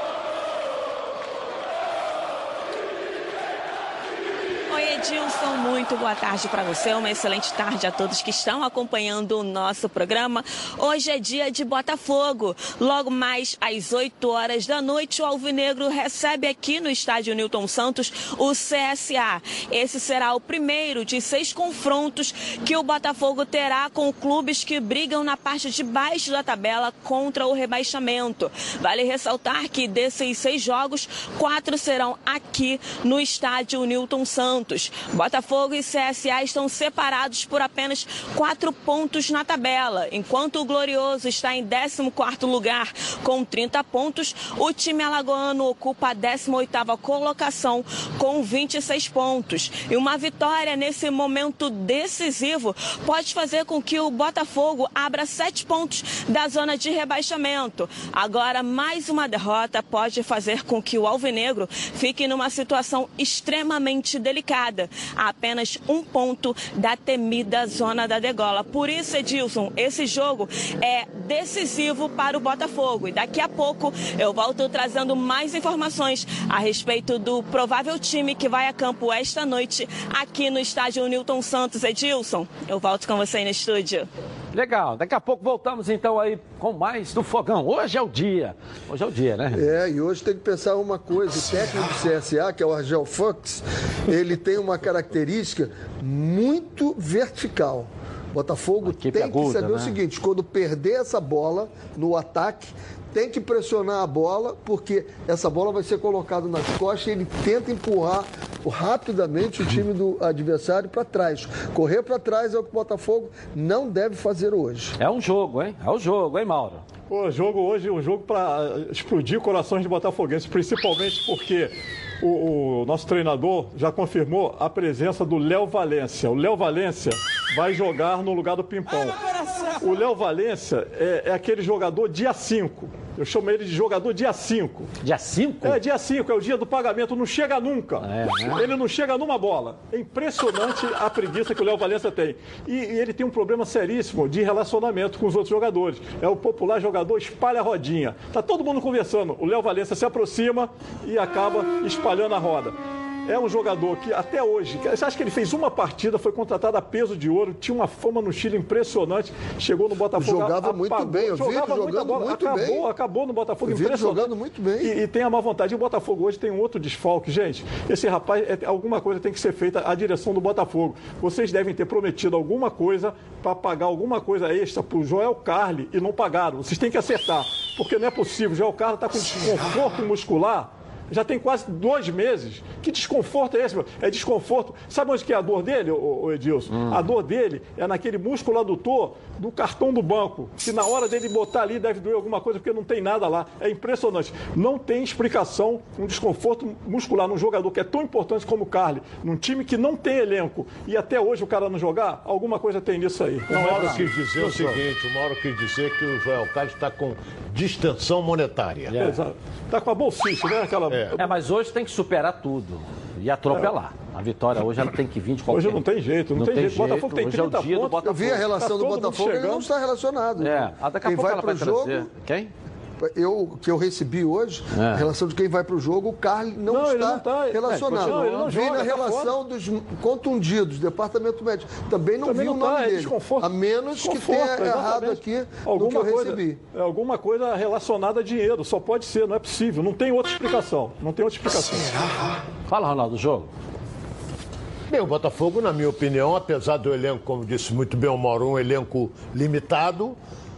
Oi, Edilson, muito boa tarde para você, uma excelente tarde a todos que estão acompanhando o nosso programa. Hoje é dia de Botafogo. Logo mais às 8 horas da noite, o Alvinegro recebe aqui no estádio Newton Santos o CSA. Esse será o primeiro de 6 confrontos que o Botafogo terá com clubes que brigam na parte de baixo da tabela contra o rebaixamento. Vale ressaltar que desses 6 jogos, 4 serão aqui no estádio Newton Santos. Botafogo e CSA estão separados por apenas 4 pontos na tabela. Enquanto o Glorioso está em 14º lugar com 30 pontos, o time alagoano ocupa a 18ª colocação com 26 pontos. E uma vitória nesse momento decisivo pode fazer com que o Botafogo abra 7 pontos da zona de rebaixamento. Agora, mais uma derrota pode fazer com que o Alvinegro fique numa situação extremamente delicada, a apenas 1 ponto da temida zona da degola. Por isso, Edilson, esse jogo é decisivo para o Botafogo. E daqui a pouco eu volto trazendo mais informações a respeito do provável time que vai a campo esta noite aqui no estádio Newton Santos. Edilson, eu volto com você aí no estúdio. Legal, daqui a pouco voltamos então aí com mais do Fogão. Hoje é o dia, né? E hoje tem que pensar uma coisa, o técnico do CSA, que é o Argel Fox, ele tem uma característica muito vertical. Botafogo tem que saber o seguinte, quando perder essa bola no ataque, tem que pressionar a bola, porque essa bola vai ser colocada nas costas e ele tenta empurrar rapidamente o time do adversário para trás. Correr para trás é o que o Botafogo não deve fazer hoje. É um jogo, hein? É o jogo, hein, Mauro? O jogo hoje é um jogo para explodir corações de botafoguenses, principalmente porque o nosso treinador já confirmou a presença do Léo Valência. O Léo Valência vai jogar no lugar do Pimpão. O Léo Valência é aquele jogador dia 5. Eu chamo ele de jogador dia 5. Dia 5? É, dia 5, é o dia do pagamento, não chega nunca. Ele não chega numa bola. É impressionante a preguiça que o Léo Valência tem. E ele tem um problema seríssimo de relacionamento com os outros jogadores. É o popular jogador espalha a rodinha. Tá todo mundo conversando. O Léo Valência se aproxima e acaba espalhando a roda. É um jogador que até hoje, você acha que ele fez uma partida, foi contratado a peso de ouro, tinha uma fama no Chile impressionante, chegou no Botafogo, jogava muito bem, eu vi ele jogando muito bem. Acabou no Botafogo, eu vi ele jogando muito bem. E tem a má vontade. E o Botafogo hoje tem um outro desfalque. Gente, esse rapaz, alguma coisa tem que ser feita, a direção do Botafogo. Vocês devem ter prometido alguma coisa para pagar alguma coisa extra para o Joel Carli e não pagaram. Vocês têm que acertar, porque não é possível. O Joel Carli está com desconforto muscular. Já tem quase 2 meses. Que desconforto é esse, meu? É desconforto. Sabe onde que é a dor dele, o Edilson? A dor dele é naquele músculo adutor do cartão do banco. Que na hora dele botar ali deve doer alguma coisa, porque não tem nada lá. É impressionante. Não tem explicação um desconforto muscular num jogador que é tão importante como o Carli, num time que não tem elenco. E até hoje o cara não jogar, alguma coisa tem nisso aí. O Mauro quis dizer o seguinte, o Mauro quis dizer que o Joel Carli está com distensão monetária. Exato. Está com a bolsice, né? Mas hoje tem que superar tudo e atropelar. A vitória hoje ela tem que vir de qualquer... Hoje não tem jeito, não tem jeito. O Botafogo tem 30 hoje é o dia do Botafogo. Eu vi a relação do Botafogo, ele não está relacionado. Daqui a pouco ela vai trazer. Quem? Que eu recebi hoje, a relação de quem vai para o jogo, o Carli não está relacionado. Ele não vi joga, na relação dos contundidos, departamento médico. Também não vi o nome dele. A menos que tenha errado aqui no que eu recebi. É alguma coisa relacionada a dinheiro, só pode ser, não é possível. Não tem outra explicação. Fala, Ronaldo, do jogo. Bem, o Botafogo, na minha opinião, apesar do elenco, como disse muito bem o Mauro, um elenco limitado,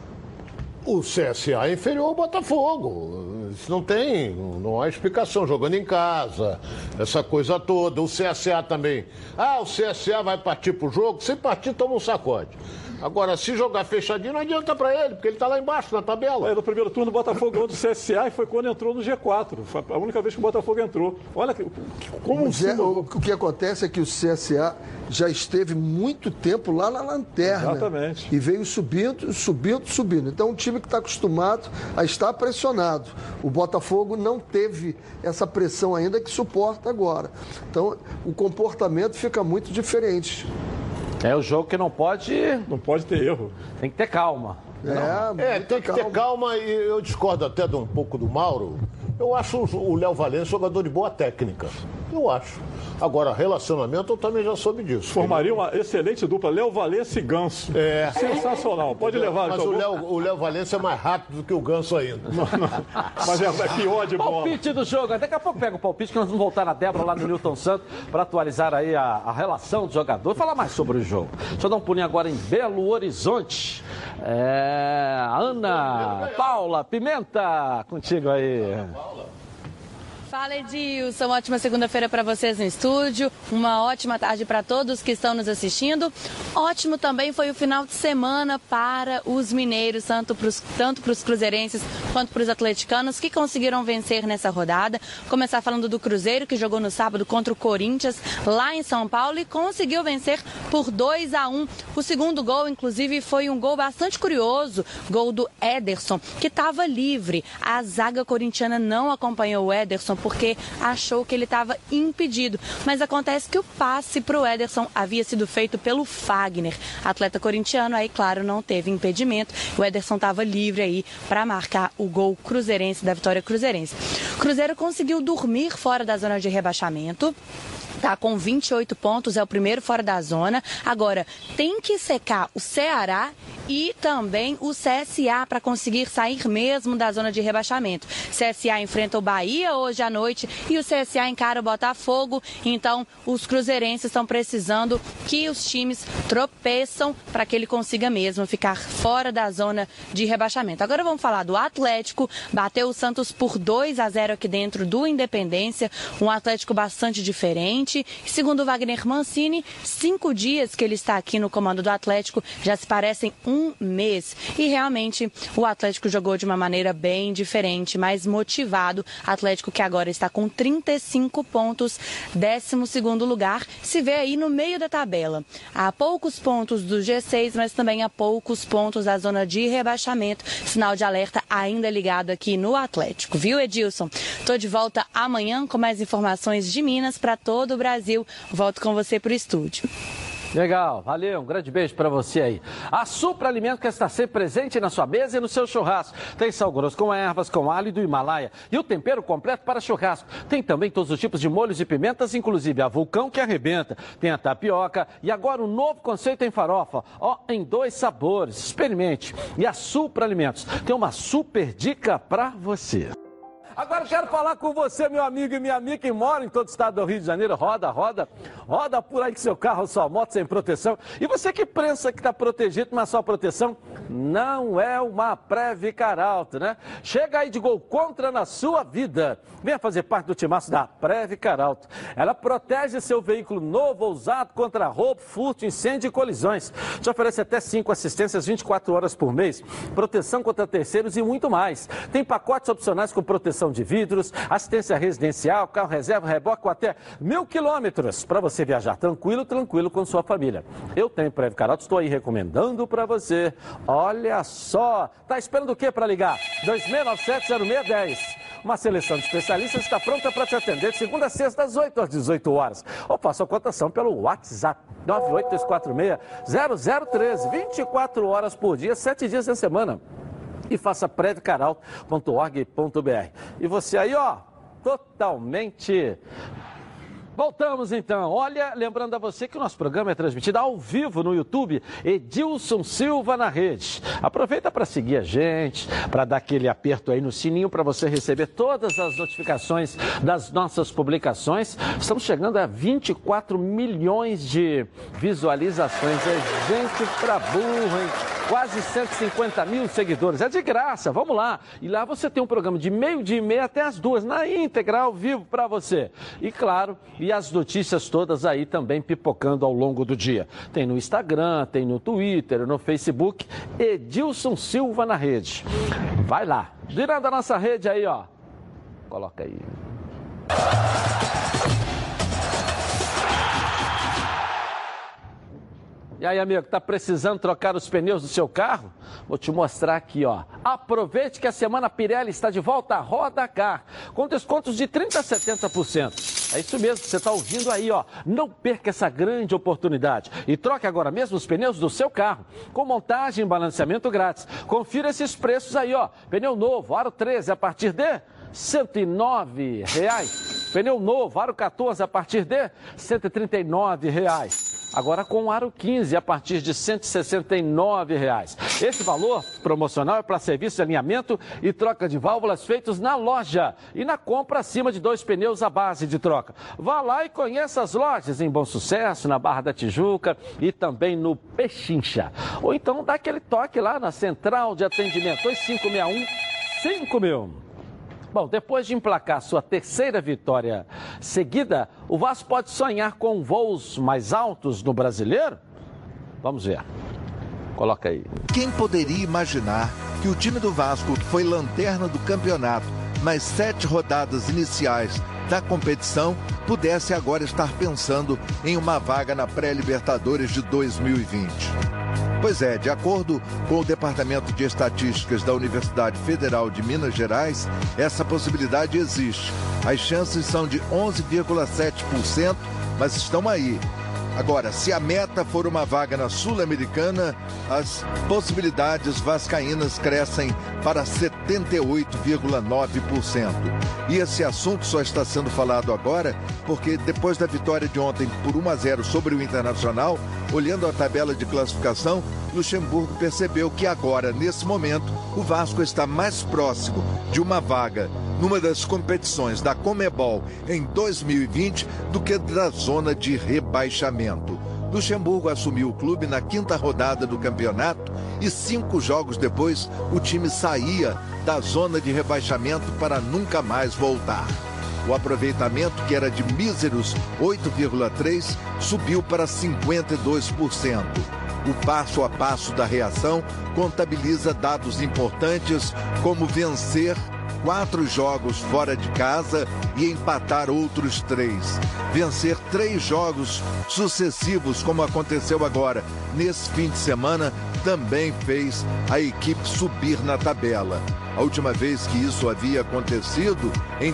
o CSA é inferior ao Botafogo. Isso não há explicação. Jogando em casa, essa coisa toda. O CSA também. O CSA vai partir pro jogo? Se partir, toma um sacode. Agora, se jogar fechadinho, não adianta para ele, porque ele está lá embaixo na tabela. No primeiro turno, o Botafogo ganhou do CSA e foi quando entrou no G4. Foi a única vez que o Botafogo entrou. Olha como o que acontece é que o CSA já esteve muito tempo lá na lanterna. Exatamente. E veio subindo. Então, um time que está acostumado a estar pressionado. O Botafogo não teve essa pressão ainda que suporta agora. Então, o comportamento fica muito diferente. É o jogo que não pode ter erro. Tem que ter calma. Tem que ter calma e eu discordo até um pouco do Mauro. Eu acho o Léo Valência jogador de boa técnica. Eu acho. Agora, relacionamento, eu também já soube disso. Formaria uma excelente dupla, Léo Valência e Ganso. Sensacional. Pode levar. Mas o Léo Valência é mais rápido do que o Ganso ainda. Não. Mas é pior de bola. Palpite do jogo. Daqui a pouco pega o palpite, que nós vamos voltar na Débora lá no Newton Santos para atualizar aí a relação do jogador. Falar mais sobre o jogo. Deixa eu dar um pulinho agora em Belo Horizonte. Ana Paula Pimenta, contigo aí. Fala, Edilson. Ótima segunda-feira para vocês no estúdio. Uma ótima tarde para todos que estão nos assistindo. Ótimo também foi o final de semana para os mineiros, tanto para os cruzeirenses quanto para os atleticanos que conseguiram vencer nessa rodada. Começar falando do Cruzeiro, que jogou no sábado contra o Corinthians lá em São Paulo e conseguiu vencer por 2-1. O segundo gol, inclusive, foi um gol bastante curioso, gol do Ederson, que estava livre. A zaga corintiana não acompanhou o Ederson porque achou que ele estava impedido. Mas acontece que o passe para o Ederson havia sido feito pelo Fagner, atleta corintiano, aí claro, não teve impedimento. O Ederson estava livre aí para marcar o gol cruzeirense, da vitória cruzeirense. O Cruzeiro conseguiu dormir fora da zona de rebaixamento. Está com 28 pontos, é o primeiro fora da zona. Agora, tem que secar o Ceará e também o CSA para conseguir sair mesmo da zona de rebaixamento. CSA enfrenta o Bahia hoje à noite e o CSA encara o Botafogo. Então, os cruzeirenses estão precisando que os times tropeçam para que ele consiga mesmo ficar fora da zona de rebaixamento. Agora vamos falar do Atlético. Bateu o Santos por 2-0 aqui dentro do Independência. Um Atlético bastante diferente. Segundo o Wagner Mancini, 5 dias que ele está aqui no comando do Atlético já se parecem um mês. E realmente o Atlético jogou de uma maneira bem diferente, mais motivado. Atlético que agora está com 35 pontos, 12º lugar. Se vê aí no meio da tabela. Há poucos pontos do G6, mas também há poucos pontos da zona de rebaixamento. Sinal de alerta ainda ligado aqui no Atlético. Viu, Edilson? Estou de volta amanhã com mais informações de Minas para todo o Brasil. Volto com você para o estúdio. Legal, valeu, um grande beijo para você aí. A Supra Alimento que está sempre presente na sua mesa e no seu churrasco. Tem sal grosso com ervas, com alho do Himalaia e o tempero completo para churrasco. Tem também todos os tipos de molhos e pimentas, inclusive a Vulcão que arrebenta. Tem a tapioca e agora um novo conceito em farofa, em 2 sabores. Experimente. E a Supra Alimentos tem uma super dica para você. Agora eu quero falar com você, meu amigo e minha amiga que mora em todo o estado do Rio de Janeiro. Roda por aí com seu carro, sua moto sem proteção. E você que pensa que está protegido, mas sua proteção não é uma Previcar Alto, né? Chega aí de Gol Contra na sua vida. Venha fazer parte do timaço da Previcar Alto. Ela protege seu veículo novo ou usado contra roubo, furto, incêndio e colisões. Te oferece até 5 assistências 24 horas por mês, proteção contra terceiros e muito mais. Tem pacotes opcionais com proteção de vidros, assistência residencial, carro reserva, reboque com até 1.000 quilômetros para você viajar tranquilo com sua família. Eu tenho Previcar Alto, estou aí recomendando para você. Olha só, tá esperando o quê para ligar? 2697-0610. Uma seleção de especialistas está pronta para te atender de segunda a sexta, das 8 às 18 horas. Ou faça a cotação pelo WhatsApp 98246-0013. 24 horas por dia, 7 dias da semana. E faça previcaralto.org.br. E você aí, totalmente... Voltamos então. Olha, lembrando a você que o nosso programa é transmitido ao vivo no YouTube, Edilson Silva na Rede. Aproveita para seguir a gente, para dar aquele aperto aí no sininho para você receber todas as notificações das nossas publicações. Estamos chegando a 24 milhões de visualizações. É gente pra burro, hein? Quase 150 mil seguidores. É de graça, vamos lá. E lá você tem um programa de 12h30 até as 2h, na íntegra, ao vivo para você. E claro, e as notícias todas aí também pipocando ao longo do dia. Tem no Instagram, tem no Twitter, no Facebook, Edilson Silva na Rede. Vai lá, virando a nossa rede aí, coloca aí. E aí, amigo, tá precisando trocar os pneus do seu carro? Vou te mostrar aqui, Aproveite que a Semana Pirelli está de volta à Roda Car, com descontos de 30% a 70%. É isso mesmo que você está ouvindo aí, Não perca essa grande oportunidade e troque agora mesmo os pneus do seu carro, com montagem e balanceamento grátis. Confira esses preços aí, Pneu novo, aro 13 a partir de R$ 109. Pneu novo, aro 14 a partir de R$ 139. Agora com o aro 15 a partir de R$ 169. Esse valor promocional é para serviço de alinhamento e troca de válvulas feitos na loja e na compra acima de 2 pneus à base de troca. Vá lá e conheça as lojas em Bom Sucesso, na Barra da Tijuca e também no Pechincha. Ou então dá aquele toque lá na Central de Atendimento 2561-5000. Bom, depois de emplacar sua terceira vitória seguida, o Vasco pode sonhar com voos mais altos no Brasileiro? Vamos ver. Coloca aí. Quem poderia imaginar que o time do Vasco, que foi lanterna do campeonato nas 7 rodadas iniciais da competição, pudesse agora estar pensando em uma vaga na pré-Libertadores de 2020. Pois é, de acordo com o Departamento de Estatísticas da Universidade Federal de Minas Gerais, essa possibilidade existe. As chances são de 11,7%, mas estão aí. Agora, se a meta for uma vaga na Sul-Americana, as possibilidades vascaínas crescem para 78,9%. E esse assunto só está sendo falado agora porque depois da vitória de ontem por 1-0 sobre o Internacional, olhando a tabela de classificação, Luxemburgo percebeu que agora, nesse momento, o Vasco está mais próximo de uma vaga numa das competições da Conmebol em 2020 do que da zona de rebaixamento. Luxemburgo assumiu o clube na 5ª rodada do campeonato e 5 jogos depois o time saía da zona de rebaixamento para nunca mais voltar. O aproveitamento, que era de míseros 8,3%, subiu para 52%. O passo a passo da reação contabiliza dados importantes como vencer 4 jogos fora de casa e empatar outros 3. Vencer 3 jogos sucessivos, como aconteceu agora nesse fim de semana, também fez a equipe subir na tabela. A última vez que isso havia acontecido, em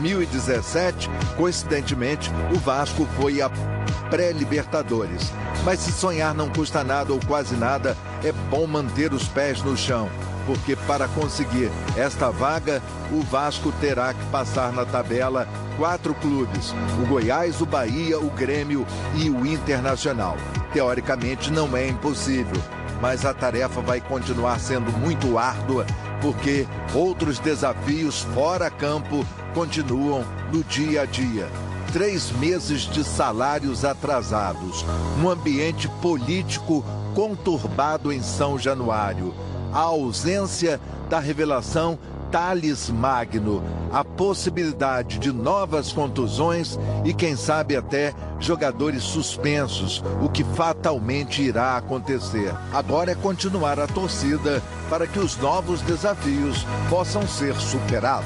2017, coincidentemente, o Vasco foi a pré-Libertadores. Mas se sonhar não custa nada ou quase nada, é bom manter os pés no chão. Porque para conseguir esta vaga, o Vasco terá que passar na tabela 4 clubes: o Goiás, o Bahia, o Grêmio e o Internacional. Teoricamente não é impossível, mas a tarefa vai continuar sendo muito árdua, porque outros desafios fora campo continuam no dia a dia. 3 meses de salários atrasados, um ambiente político conturbado em São Januário, a ausência da revelação Thales Magno, a possibilidade de novas contusões e, quem sabe, até jogadores suspensos, o que fatalmente irá acontecer. Agora é continuar a torcida para que os novos desafios possam ser superados.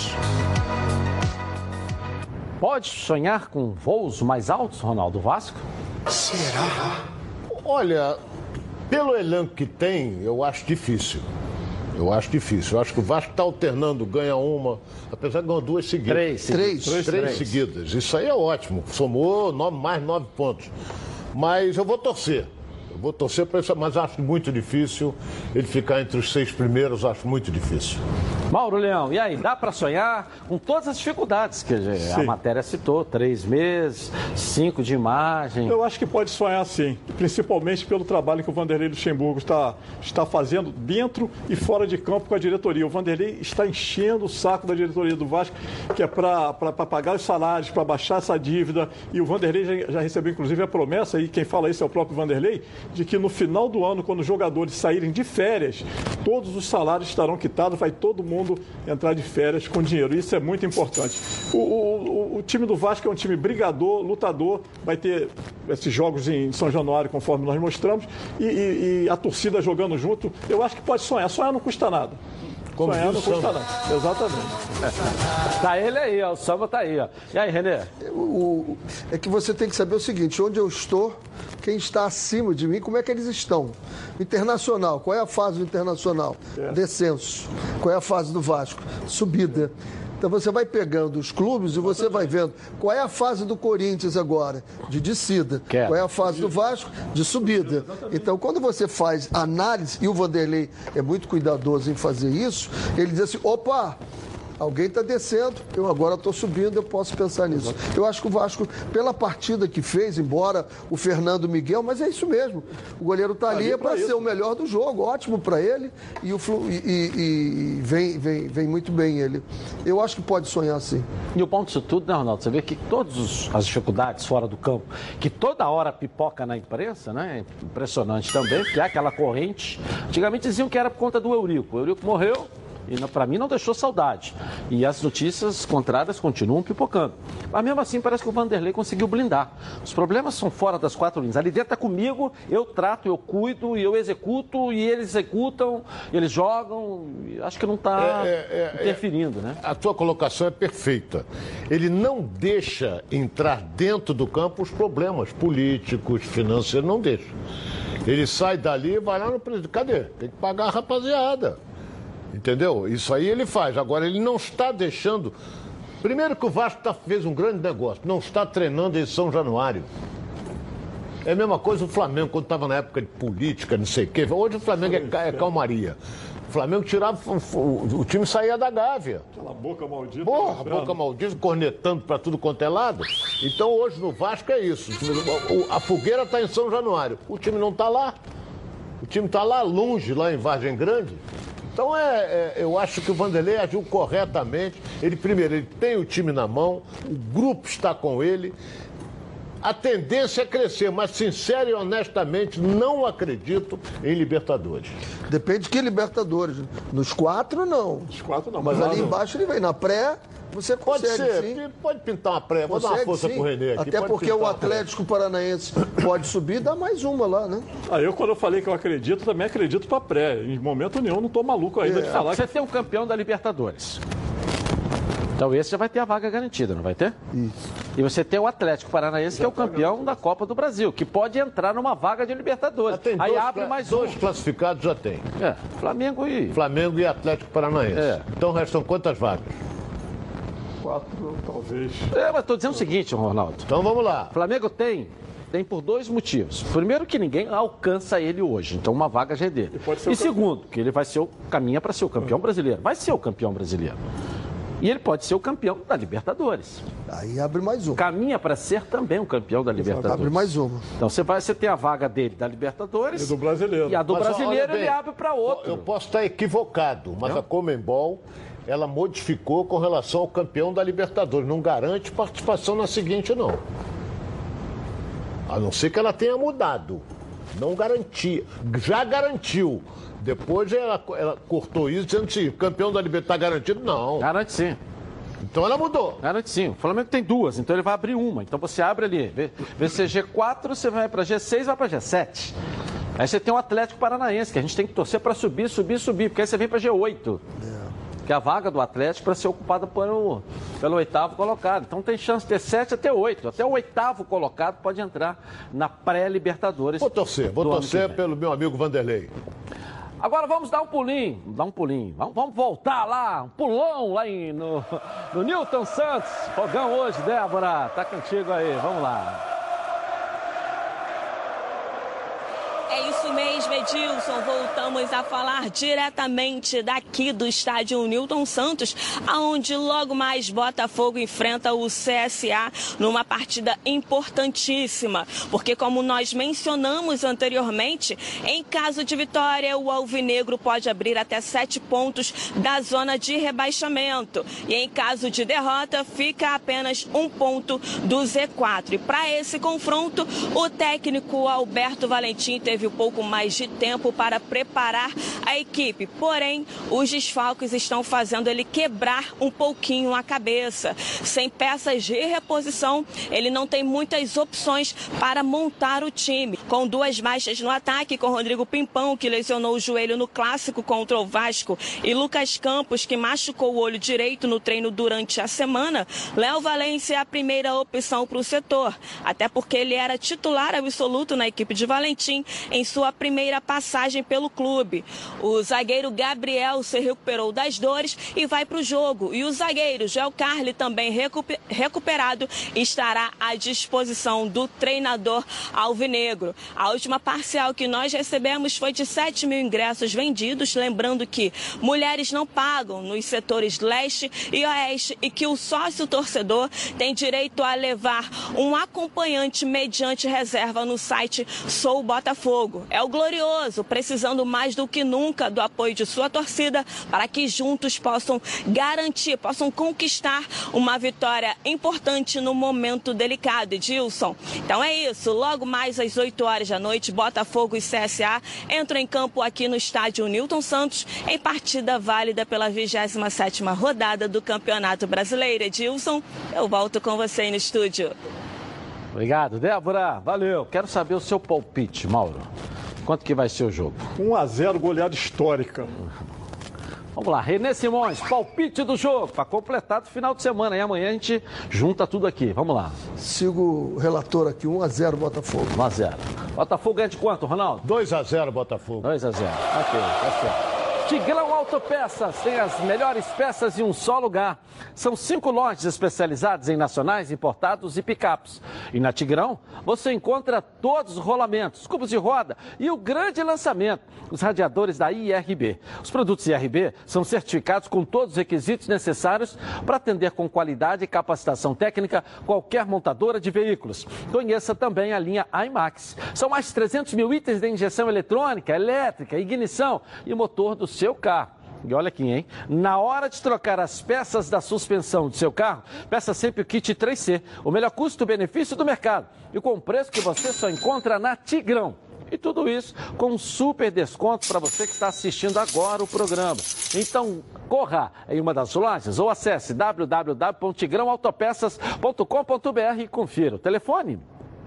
Pode sonhar com voos mais altos, Ronaldo, Vasco? Será? Olha, pelo elenco que tem, eu acho difícil. Eu acho que o Vasco está alternando, ganha uma, apesar de ganhar 2 seguidas. 3 seguidas. Isso aí é ótimo. Somou mais 9 pontos. Mas eu vou torcer. para isso, mas acho muito difícil ele ficar entre os 6 primeiros, acho muito difícil. Mauro Leão, e aí, dá para sonhar com todas as dificuldades que a matéria citou, 3 meses, 5 de imagem? Eu acho que pode sonhar sim, principalmente pelo trabalho que o Vanderlei Luxemburgo está fazendo dentro e fora de campo com a diretoria. O Vanderlei está enchendo o saco da diretoria do Vasco, que é para pagar os salários, para baixar essa dívida, e o Vanderlei já recebeu inclusive a promessa, e quem fala isso é o próprio Vanderlei, de que no final do ano, quando os jogadores saírem de férias, todos os salários estarão quitados, vai todo mundo entrar de férias com dinheiro. Isso é muito importante. O time do Vasco é um time brigador, lutador, vai ter esses jogos em São Januário, conforme nós mostramos, e a torcida jogando junto. Eu acho que pode sonhar. Sonhar não custa nada. Como sonhar não custa nada. Exatamente. Tá ele aí, ó. O samba tá aí, ó. E aí, Renê? É que você tem que saber o seguinte, onde eu estou, quem está acima de mim, como é que eles estão. Internacional, qual é a fase do Internacional? Descenso. Qual é a fase do Vasco? Subida. Então você vai pegando os clubes e você vai vendo qual é a fase do Corinthians agora, de descida. Qual é a fase do Vasco, de subida. Então quando você faz análise, e o Vanderlei é muito cuidadoso em fazer isso, ele diz assim, opa, alguém está descendo, eu agora estou subindo, eu posso pensar nisso. Eu acho que o Vasco, pela partida que fez, embora o Fernando Miguel, mas é isso mesmo. O goleiro está ali para ser o melhor do jogo, ótimo para ele, e vem muito bem ele. Eu acho que pode sonhar sim. E o bom disso tudo, né, Ronaldo? Você vê que todas as dificuldades fora do campo, que toda hora pipoca na imprensa, né? Impressionante também, porque é aquela corrente. Antigamente diziam que era por conta do Eurico. O Eurico morreu. E para mim não deixou saudade. E as notícias contrárias continuam pipocando. Mas mesmo assim parece que o Vanderlei conseguiu blindar. Os problemas são fora das 4 linhas. Ali dentro é comigo, eu trato, eu cuido, e eu executo, e eles executam, eles jogam. Acho que não está interferindo, né? A tua colocação é perfeita. Ele não deixa entrar dentro do campo os problemas políticos, financeiros, não deixa. Ele sai dali e vai lá no presidente. Cadê? Tem que pagar a rapaziada. Entendeu? Isso aí ele faz. Agora, ele não está deixando... Primeiro que o Vasco fez um grande negócio. Não está treinando em São Januário. É a mesma coisa o Flamengo, quando estava na época de política, não sei o quê. Hoje o Flamengo é calmaria. O Flamengo tirava... O time saía da Gávea. Aquela boca maldita. Porra, boca maldita, cornetando para tudo quanto é lado. Então, hoje no Vasco é isso. A fogueira está em São Januário. O time não está lá. O time está lá longe, lá em Vargem Grande. Então, eu acho que o Vanderlei agiu corretamente. Primeiro, ele tem o time na mão, o grupo está com ele. A tendência é crescer, mas sincero e honestamente não acredito em Libertadores. Depende de que Libertadores. Nos 4, não. Nos 4 não. Mas ali embaixo ele vem. Na pré, você consegue, pode ser, sim. Pode pintar uma pré. Vou dar uma força pro Renê aqui. Até porque o Atlético Paranaense pode subir e dar mais uma lá, né? Quando eu falei que eu acredito, também acredito pra pré. Em momento nenhum, não tô maluco ainda de falar. Você tem um campeão da Libertadores. Então esse já vai ter a vaga garantida, não vai ter? Isso. E você tem o Atlético Paranaense, que é o campeão da Copa do Brasil, que pode entrar numa vaga de Libertadores. Aí abre mais dois classificados já tem. Flamengo e Atlético Paranaense. Então restam quantas vagas? 4, talvez. Mas estou dizendo o seguinte, Ronaldo. Então vamos lá. O Flamengo tem por 2 motivos. Primeiro, que ninguém alcança ele hoje, então uma vaga já é dele. E segundo, que ele vai ser caminha para ser o campeão brasileiro. Vai ser o campeão brasileiro. E ele pode ser o campeão da Libertadores. Aí abre mais uma. Caminha para ser também o campeão da Libertadores. Abre mais uma. Então você tem a vaga dele da Libertadores. E do brasileiro. E a do brasileiro ele abre para outro. Eu posso estar equivocado, mas a Conmebol, ela modificou com relação ao campeão da Libertadores. Não garante participação na seguinte, não. A não ser que ela tenha mudado. Não garantia. Já garantiu. Depois ela cortou isso, dizendo assim, campeão da Libertadores está garantido? Não. Garante sim. Então ela mudou. Garante sim. O Flamengo tem 2, então ele vai abrir uma. Então você abre ali, vê se é G4, você vai para G6, vai para G7. Aí você tem o Atlético Paranaense, que a gente tem que torcer para subir, porque aí você vem para G8. Que é a vaga do Atlético para ser ocupada pelo 8º colocado. Então tem chance de ter 7 até 8. Até o 8º colocado pode entrar na pré-Libertadores. Vou torcer pelo meu amigo Vanderlei. Agora vamos dar um pulinho. Vamos voltar lá, um pulão lá no Newton Santos. Fogão hoje, Débora. Tá contigo aí, vamos lá. É isso mesmo, Edilson. Voltamos a falar diretamente daqui do estádio Newton Santos, aonde logo mais Botafogo enfrenta o CSA numa partida importantíssima. Porque, como nós mencionamos anteriormente, em caso de vitória, o Alvinegro pode abrir até 7 pontos da zona de rebaixamento. E em caso de derrota, fica apenas 1 ponto do Z4. E para esse confronto, o técnico Alberto Valentim teve um pouco mais de tempo para preparar a equipe. Porém, os desfalques estão fazendo ele quebrar um pouquinho a cabeça. Sem peças de reposição, ele não tem muitas opções para montar o time. Com 2 baixas no ataque, com Rodrigo Pimpão, que lesionou o joelho no clássico contra o Vasco, e Lucas Campos, que machucou o olho direito no treino durante a semana, Léo Valência é a primeira opção para o setor. Até porque ele era titular absoluto na equipe de Valentim em sua primeira passagem pelo clube. O zagueiro Gabriel se recuperou das dores e vai para o jogo. E o zagueiro Joel Carli, também recuperado, estará à disposição do treinador alvinegro. A última parcial que nós recebemos foi de 7 mil ingressos vendidos, lembrando que mulheres não pagam nos setores leste e oeste e que o sócio torcedor tem direito a levar um acompanhante mediante reserva no site Sou Botafogo. Botafogo é o Glorioso, precisando mais do que nunca do apoio de sua torcida para que juntos possam garantir, possam conquistar uma vitória importante no momento delicado, Edilson. Então é isso, logo mais às 8 horas da noite, Botafogo e CSA entram em campo aqui no estádio Newton Santos, em partida válida pela 27ª rodada do Campeonato Brasileiro. Edilson, eu volto com você aí no estúdio. Obrigado, Débora. Valeu. Quero saber o seu palpite, Mauro. Quanto que vai ser o jogo? 1-0, goleada histórica. Vamos lá, Renê Simões, palpite do jogo, para completar do final de semana. E amanhã a gente junta tudo aqui. Vamos lá. Sigo o relator aqui, 1-0 Botafogo. 1-0. Botafogo ganha de quanto, Ronaldo? 2-0 Botafogo. 2-0. Ok, tá certo. Tigrão Autopeças tem as melhores peças em um só lugar. São 5 lojas especializadas em nacionais, importados e picapes. E na Tigrão você encontra todos os rolamentos, cubos de roda e o grande lançamento, os radiadores da IRB. Os produtos IRB são certificados com todos os requisitos necessários para atender com qualidade e capacitação técnica qualquer montadora de veículos. Conheça também a linha IMAX. São mais de 300 mil itens de injeção eletrônica, elétrica, ignição e motor do seu carro. E olha aqui, hein? Na hora de trocar as peças da suspensão do seu carro, peça sempre o kit 3C, o melhor custo-benefício do mercado. E com um preço que você só encontra na Tigrão. E tudo isso com um super desconto para você que está assistindo agora o programa. Então, corra em uma das lojas ou acesse www.tigrãoautopeças.com.br e confira. O telefone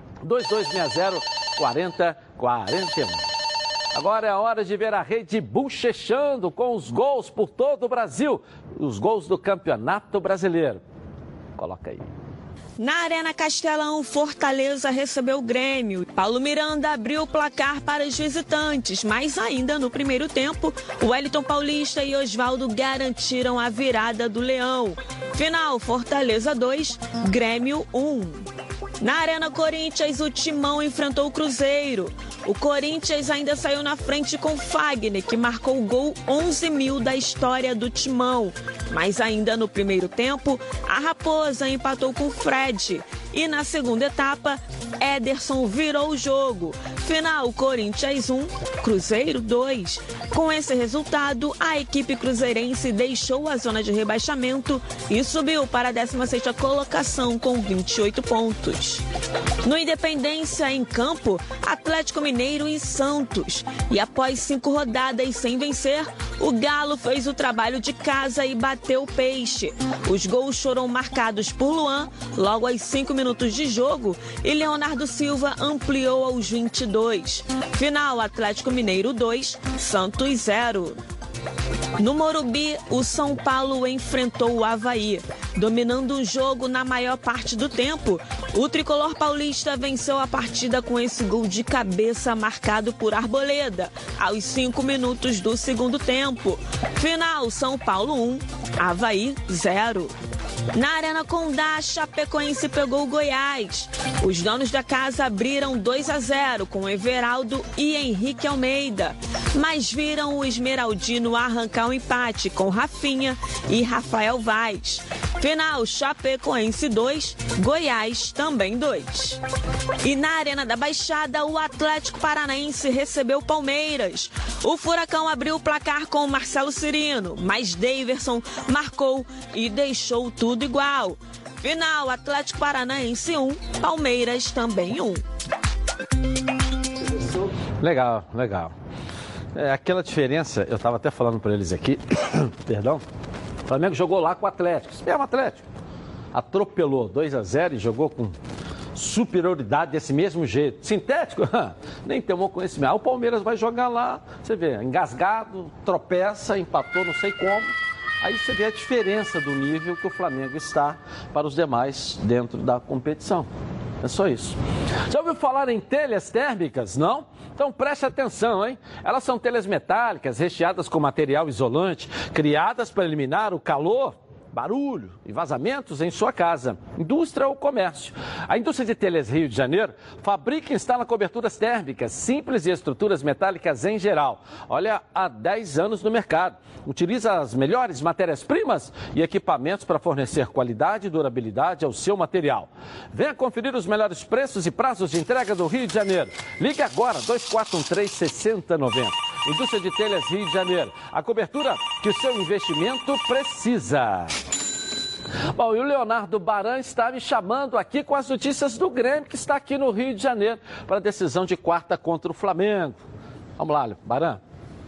2260-4041. Agora é a hora de ver a Rede bochechando com os gols por todo o Brasil. Os gols do Campeonato Brasileiro. Coloca aí. Na Arena Castelão, Fortaleza recebeu o Grêmio. Paulo Miranda abriu o placar para os visitantes, mas ainda no primeiro tempo, Wellington Paulista e Osvaldo garantiram a virada do Leão. Final, Fortaleza 2, Grêmio 1. Na Arena Corinthians, o Timão enfrentou o Cruzeiro. O Corinthians ainda saiu na frente com Fagner, que marcou o gol 11.000 da história do Timão. Mas ainda no primeiro tempo, a Raposa empatou com Fred. E na segunda etapa, Ederson virou o jogo. Final, Corinthians 1, Cruzeiro 2. Com esse resultado, a equipe cruzeirense deixou a zona de rebaixamento e subiu para a 16ª colocação com 28 pontos. No Independência, em campo, Atlético Mineiro e Santos. E após 5 rodadas sem vencer, o Galo fez o trabalho de casa e bateu o Peixe. Os gols foram marcados por Luan logo aos 5 minutos de jogo e Leonardo Silva ampliou aos 22. Final, Atlético Mineiro 2, Santos 0. No Morumbi, o São Paulo enfrentou o Avaí. Dominando o jogo na maior parte do tempo, o tricolor paulista venceu a partida com esse gol de cabeça marcado por Arboleda, aos 5 minutos do segundo tempo. Final, São Paulo 1, Avaí 0. Na Arena Condá, Chapecoense pegou o Goiás. Os donos da casa abriram 2-0 com Everaldo e Henrique Almeida, mas viram o esmeraldino arrancar o empate com Rafinha e Rafael Vaz. Final, Chapecoense 2, Goiás também 2. E na Arena da Baixada, o Atlético Paranaense recebeu o Palmeiras. O Furacão abriu o placar com Marcelo Cirino, mas Daverson marcou e deixou tudo igual. Final, Atlético Paranaense 1, Palmeiras também 1. Legal, legal. É aquela diferença, eu estava até falando para eles aqui, perdão, o Flamengo jogou lá com o Atlético, esse mesmo Atlético, atropelou 2-0 e jogou com superioridade desse mesmo jeito. Sintético? Nem tomou conhecimento. O Palmeiras vai jogar lá, você vê, engasgado, tropeça, empatou, não sei como. Aí você vê a diferença do nível que o Flamengo está para os demais dentro da competição. É só isso. Já ouviu falar em telhas térmicas? Não? Então preste atenção, hein? Elas são telhas metálicas recheadas com material isolante, criadas para eliminar o calor barulho e vazamentos em sua casa, indústria ou comércio. A indústria de telhas Rio de Janeiro fabrica e instala coberturas térmicas simples e estruturas metálicas em geral. Olha, há 10 anos no mercado. Utiliza as melhores matérias-primas e equipamentos para fornecer qualidade e durabilidade ao seu material. Venha conferir os melhores preços e prazos de entrega do Rio de Janeiro. Ligue agora, 2413-6090. Indústria de telhas Rio de Janeiro. A cobertura que o seu investimento precisa. Bom, e o Leonardo Baran está me chamando aqui com as notícias do Grêmio, que está aqui no Rio de Janeiro, para a decisão de quarta contra o Flamengo. Vamos lá, Baran.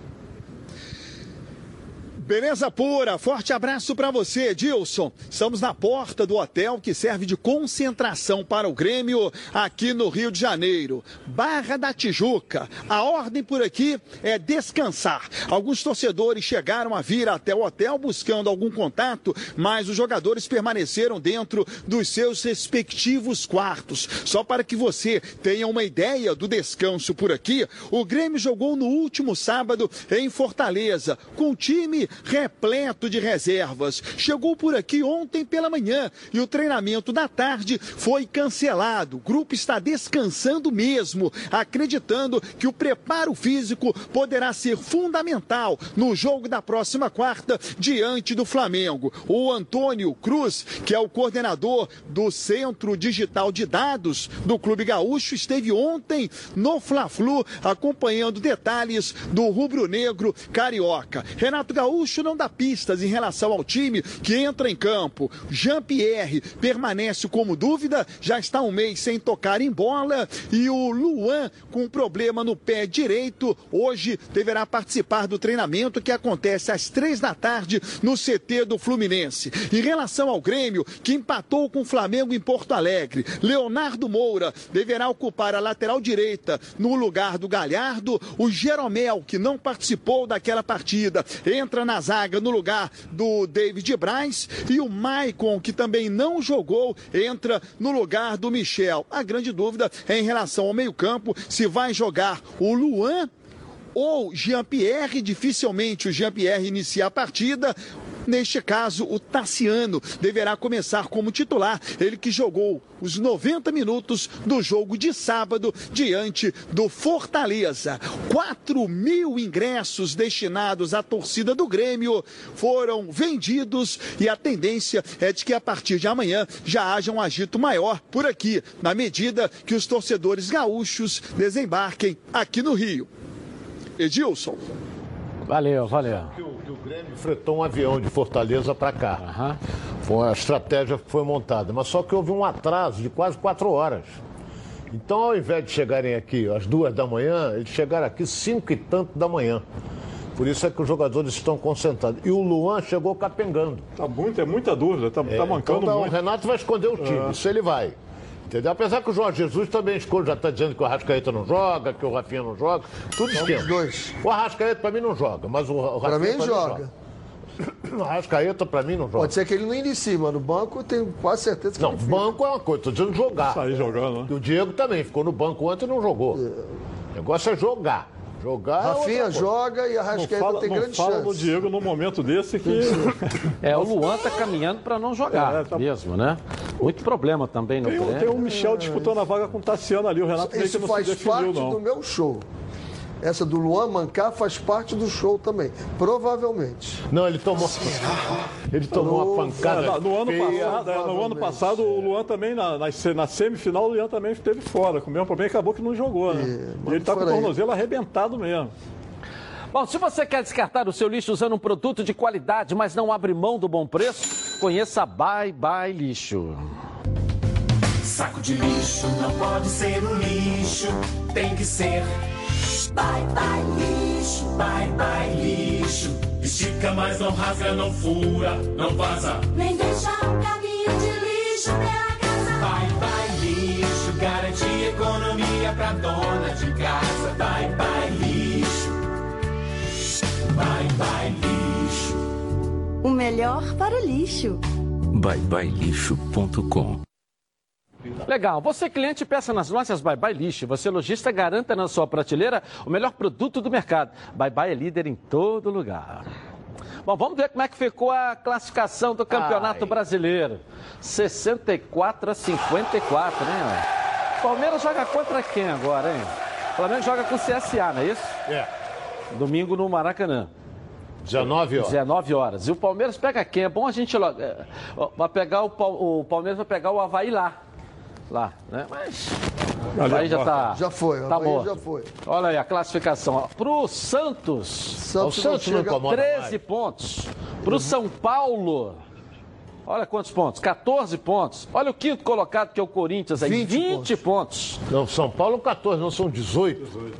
Beleza pura, forte abraço para você, Edilson. Estamos na porta do hotel que serve de concentração para o Grêmio aqui no Rio de Janeiro. Barra da Tijuca. A ordem por aqui é descansar. Alguns torcedores chegaram a vir até o hotel buscando algum contato, mas os jogadores permaneceram dentro dos seus respectivos quartos. Só para que você tenha uma ideia do descanso por aqui, o Grêmio jogou no último sábado em Fortaleza, com o time repleto de reservas. Chegou por aqui ontem pela manhã e o treinamento da tarde foi cancelado. O grupo está descansando mesmo, acreditando que o preparo físico poderá ser fundamental no jogo da próxima quarta diante do Flamengo. O Antônio Cruz, que é o coordenador do Centro Digital de Dados do Clube Gaúcho, esteve ontem no Fla-Flu acompanhando detalhes do rubro-negro carioca. Renato Gaúcho não dá pistas em relação ao time que entra em campo. Jean-Pierre permanece como dúvida, já está um mês sem tocar em bola, e o Luan, com problema no pé direito, hoje deverá participar do treinamento que acontece às 3 da tarde no CT do Fluminense. Em relação ao Grêmio, que empatou com o Flamengo em Porto Alegre, Leonardo Moura deverá ocupar a lateral direita no lugar do Galhardo. O Jeromel, que não participou daquela partida, entra na zaga no lugar do David Braz, e o Maicon, que também não jogou, entra no lugar do Michel. A grande dúvida é em relação ao meio-campo, se vai jogar o Luan ou Jean-Pierre. Dificilmente o Jean-Pierre inicia a partida. Neste caso, o Tassiano deverá começar como titular, ele que jogou os 90 minutos do jogo de sábado diante do Fortaleza. 4.000 ingressos destinados à torcida do Grêmio foram vendidos e a tendência é de que a partir de amanhã já haja um agito maior por aqui, na medida que os torcedores gaúchos desembarquem aqui no Rio. Edilson. Valeu. O Grêmio fretou um avião de Fortaleza para cá. Foi a estratégia que foi montada. Mas só que houve um atraso de quase 4 horas. Então, ao invés de chegarem aqui às 2 da manhã, eles chegaram aqui 5 e tanto da manhã. Por isso é que os jogadores estão concentrados. E o Luan chegou capengando. É muita dúvida, tá mancando então, muito. O Renato vai esconder o time, isso ele vai. Entendeu? Apesar que o Jorge Jesus também esconde, já está dizendo que o Arrascaeta não joga, que o Rafinha não joga, tudo esquema. Dois. O Arrascaeta para mim não joga, mas o Rafinha para mim joga. O Arrascaeta para mim não joga. Pode ser que ele não inicie, mas no banco eu tenho quase certeza que não, banco é uma coisa, estou dizendo jogar. Sair jogando, né? E o Diego também ficou no banco ontem e não jogou. O negócio é jogar. Rafinha joga e a Arrascaeta tem grande chance. Fala do Diego no momento desse que... o Luan está caminhando para não jogar mesmo, né? Muito problema também no Grêmio. Tem o Michel disputando a vaga com o Tassiano ali, o Renato meio que não se definiu, Isso faz parte do meu show. Essa do Luan mancar faz parte do show também, provavelmente. Não, ele tomou uma pancada. No ano passado, o Luan também, na semifinal, o Luan também esteve fora. Com o mesmo problema, acabou que não jogou, né? E ele está com o tornozelo arrebentado mesmo. Bom, se você quer descartar o seu lixo usando um produto de qualidade, mas não abre mão do bom preço, conheça Bye Bye Lixo. Saco de lixo não pode ser um lixo, tem que ser Bye Bye Lixo, Bye Bye Lixo. Estica, mas não rasga, não fura, não vaza, nem deixa um caminho de lixo pela casa. Bye Bye Lixo, garante economia pra dona de casa. Bye Bye Lixo, Bye Bye Lixo. O melhor para o lixo. ByeByeLixo.com. Legal. Você, cliente, peça nas lojas Bye Bye Lixo. Você, lojista, garanta na sua prateleira o melhor produto do mercado. Bye Bye é líder em todo lugar. Bom, vamos ver como é que ficou a classificação do Campeonato Brasileiro. 64-54, né? O Palmeiras joga contra quem agora, hein? O Flamengo joga com o CSA, não é isso? É. Domingo no Maracanã. 19 horas. 19 horas. E o Palmeiras pega quem? É bom a gente... Vai pegar o Palmeiras vai pegar o Avaí lá, né? Mas... O Avaí já tá... Já foi, tá morto. Já foi. Olha aí a classificação. Pro Santos... O Santos não incomoda 13 mais. pontos. Pro São Paulo... Olha quantos pontos, 14 pontos. Olha o quinto colocado, que é o Corinthians, aí, 20 pontos. Não, São Paulo 14, não, são 18.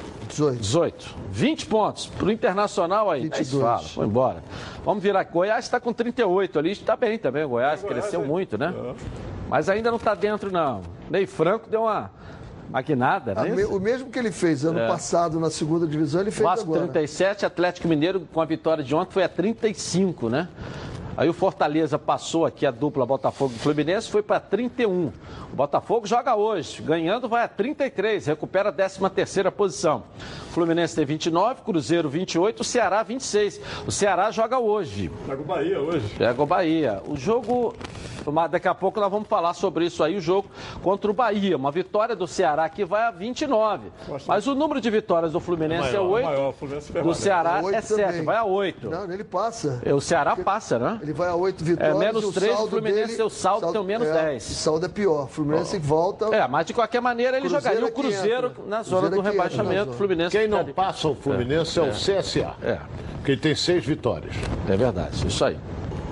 20 pontos. Para o Internacional aí, 22. Foi embora. Vamos virar aqui. Goiás está com 38 ali, está bem também. O Goiás cresceu muito, né? Mas ainda não está dentro, não. Ney Franco deu uma maquinada, né? O mesmo que ele fez ano passado na segunda divisão, ele fez Vasco agora. 37, Atlético Mineiro com a vitória de ontem foi a 35, né? Aí o Fortaleza passou aqui a dupla Botafogo e Fluminense, foi para 31. O Botafogo joga hoje, ganhando vai a 33, recupera a 13ª posição. O Fluminense tem 29, Cruzeiro 28, o Ceará 26. O Ceará joga hoje. Pega o Bahia hoje. Pega o Bahia. O jogo, daqui a pouco nós vamos falar sobre isso aí, o jogo contra o Bahia. Uma vitória do Ceará que vai a 29. Mas o número de vitórias do Fluminense é 8, do Ceará é 7, vai a 8. Não, ele passa. O Ceará passa, né? Ele vai a 8 vitórias. Menos 3, o Fluminense, dele, seu saldo tem o menos 10. O saldo é pior. O Fluminense volta... mas de qualquer maneira ele jogaria o Cruzeiro na zona do rebaixamento. Fluminense quem não passa o Fluminense é o CSA. Porque ele tem 6 vitórias. É verdade, isso aí.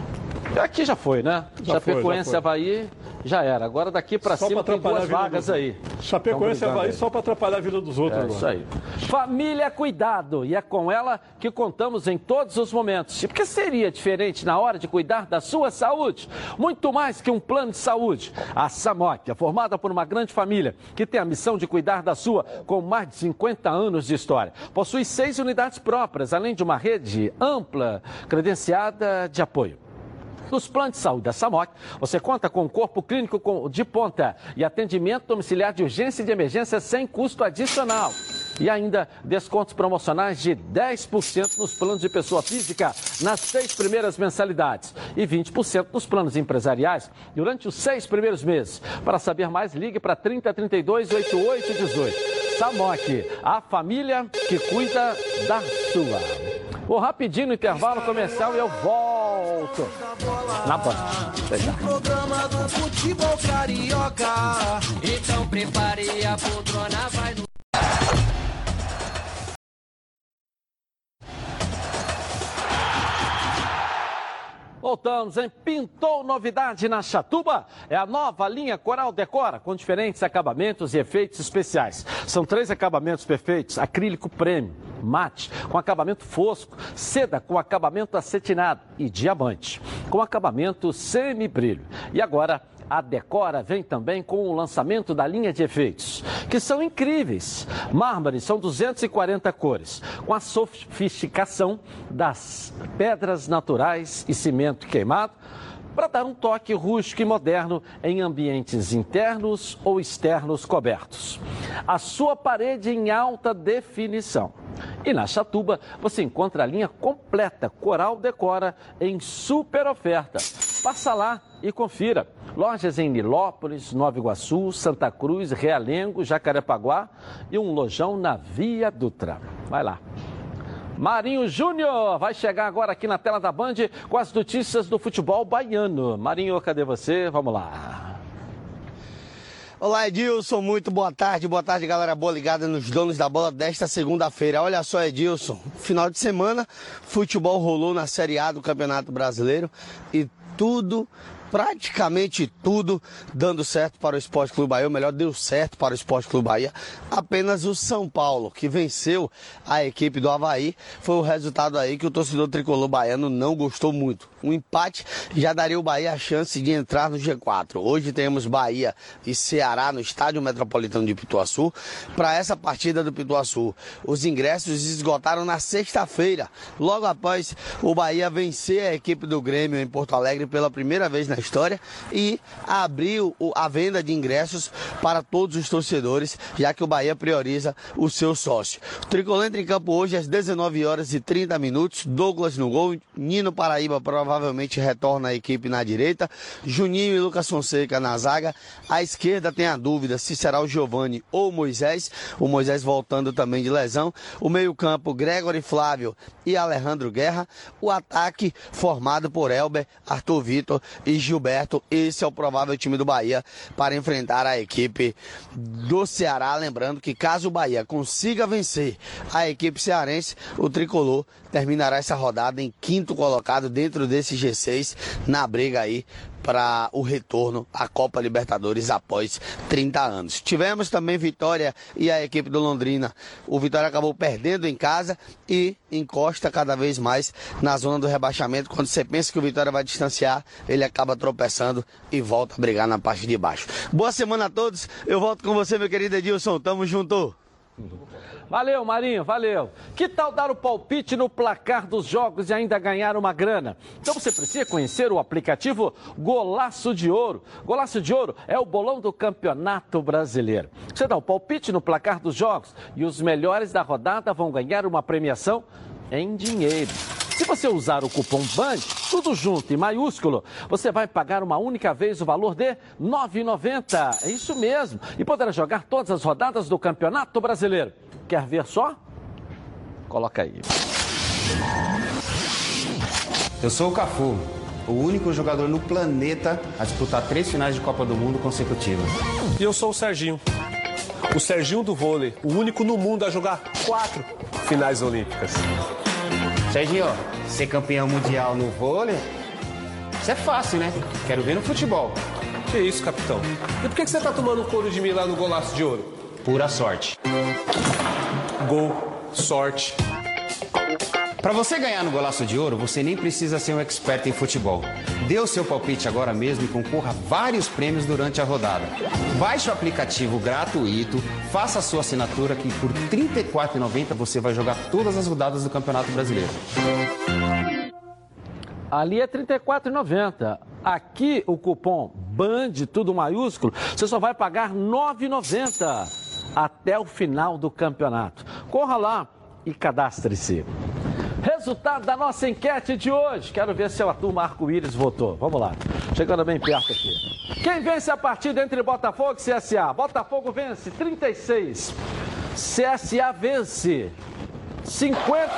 Aqui já foi, né? Chapecoense, Avaí, já era. Agora daqui pra cima tem 2 vagas aí. Chapecoense e Avaí só para atrapalhar a vida dos outros agora. Isso aí. Família é cuidado, e é com ela que contamos em todos os momentos. E por que seria diferente na hora de cuidar da sua saúde? Muito mais que um plano de saúde. A Samok é formada por uma grande família que tem a missão de cuidar da sua com mais de 50 anos de história. Possui 6 unidades próprias, além de uma rede ampla, credenciada de apoio. Nos planos de saúde da Samok, você conta com um corpo clínico de ponta e atendimento domiciliar de urgência e de emergência sem custo adicional. E ainda descontos promocionais de 10% nos planos de pessoa física nas 6 primeiras mensalidades e 20% nos planos empresariais durante os 6 primeiros meses. Para saber mais, ligue para 3032 8818. Samok, a família que cuida da sua. Vou rapidinho no intervalo comercial e eu volto na Band. O programa do futebol carioca. Então prepare a poltrona, vai no... Voltamos, hein? Pintou novidade na Chatuba? É a nova linha Coral Decora, com diferentes acabamentos e efeitos especiais. São 3 acabamentos perfeitos: acrílico premium, mate, com acabamento fosco, seda com acabamento acetinado e diamante, com acabamento semi-brilho. E agora, a Decora vem também com o lançamento da linha de efeitos, que são incríveis. Mármores são 240 cores, com a sofisticação das pedras naturais e cimento queimado, para dar um toque rústico e moderno em ambientes internos ou externos cobertos. A sua parede em alta definição. E na Chatuba você encontra a linha completa Coral Decora em super oferta. Passa lá e confira. Lojas em Nilópolis, Nova Iguaçu, Santa Cruz, Realengo, Jacarepaguá e um lojão na Via Dutra. Vai lá. Marinho Júnior vai chegar agora aqui na tela da Band com as notícias do futebol baiano. Marinho, cadê você? Vamos lá. Olá, Edilson, muito boa tarde, galera boa ligada nos donos da bola desta segunda-feira. Olha só, Edilson, final de semana, futebol rolou na Série A do Campeonato Brasileiro e praticamente tudo dando certo para o Sport Clube Bahia, ou melhor, deu certo para o Sport Clube Bahia. Apenas o São Paulo, que venceu a equipe do Avaí, foi o resultado aí que o torcedor tricolor baiano não gostou muito. Um empate já daria o Bahia a chance de entrar no G4. Hoje temos Bahia e Ceará no Estádio Metropolitano de Pituaçu. Para essa partida do Pituaçu, os ingressos esgotaram na sexta-feira, logo após o Bahia vencer a equipe do Grêmio em Porto Alegre pela primeira vez na história e abriu a venda de ingressos para todos os torcedores, já que o Bahia prioriza o seu sócio. O Tricolor entra em campo hoje às 19h30, Douglas no gol, Nino Paraíba provavelmente retorna à equipe na direita, Juninho e Lucas Fonseca na zaga, à esquerda tem a dúvida se será o Giovani ou o Moisés voltando também de lesão, o meio-campo Gregory Flávio e Alejandro Guerra, o ataque formado por Elber, Arthur Vitor e Gilberto. Esse é o provável time do Bahia para enfrentar a equipe do Ceará. Lembrando que caso o Bahia consiga vencer a equipe cearense, o Tricolor terminará essa rodada em quinto colocado dentro desse G6 na briga aí para o retorno à Copa Libertadores após 30 anos. Tivemos também Vitória e a equipe do Londrina. O Vitória acabou perdendo em casa e encosta cada vez mais na zona do rebaixamento. Quando você pensa que o Vitória vai distanciar, ele acaba tropeçando e volta a brigar na parte de baixo. Boa semana a todos. Eu volto com você, meu querido Edilson. Tamo junto. Valeu, Marinho, valeu. Que tal dar o palpite no placar dos jogos e ainda ganhar uma grana? Então você precisa conhecer o aplicativo Golaço de Ouro. Golaço de Ouro é o bolão do Campeonato Brasileiro. Você dá o palpite no placar dos jogos e os melhores da rodada vão ganhar uma premiação em dinheiro. Se você usar o cupom BAND, tudo junto em maiúsculo, você vai pagar uma única vez o valor de R$ 9,90. É isso mesmo. E poderá jogar todas as rodadas do Campeonato Brasileiro. Quer ver só? Coloca aí. Eu sou o Cafu, o único jogador no planeta a disputar 3 finais de Copa do Mundo consecutivas. E eu sou o Serginho. O Serginho do vôlei, o único no mundo a jogar 4 finais olímpicas. Serginho, ser campeão mundial no vôlei, isso é fácil, né? Quero ver no futebol. Que isso, capitão? E por que você tá tomando couro de mim lá no Golaço de Ouro? Pura sorte. Gol, sorte. Para você ganhar no Golaço de Ouro, você nem precisa ser um expert em futebol. Dê o seu palpite agora mesmo e concorra a vários prêmios durante a rodada. Baixe o aplicativo gratuito, faça a sua assinatura que por R$ 34,90 você vai jogar todas as rodadas do Campeonato Brasileiro. Ali é R$ 34,90. Aqui o cupom BAND, tudo maiúsculo, você só vai pagar R$ 9,90 até o final do campeonato. Corra lá e cadastre-se. Resultado da nossa enquete de hoje. Quero ver se a turma Arco-Íris votou. Vamos lá. Chegando bem perto aqui. Quem vence a partida entre Botafogo e CSA? Botafogo vence 36%. CSA vence 50%.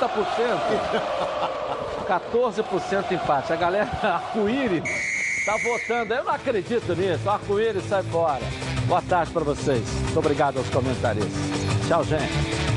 14% empate. A galera Arco-Íris está votando. Eu não acredito nisso. Arco-Íris sai fora. Boa tarde para vocês. Muito obrigado aos comentaristas. Tchau, gente.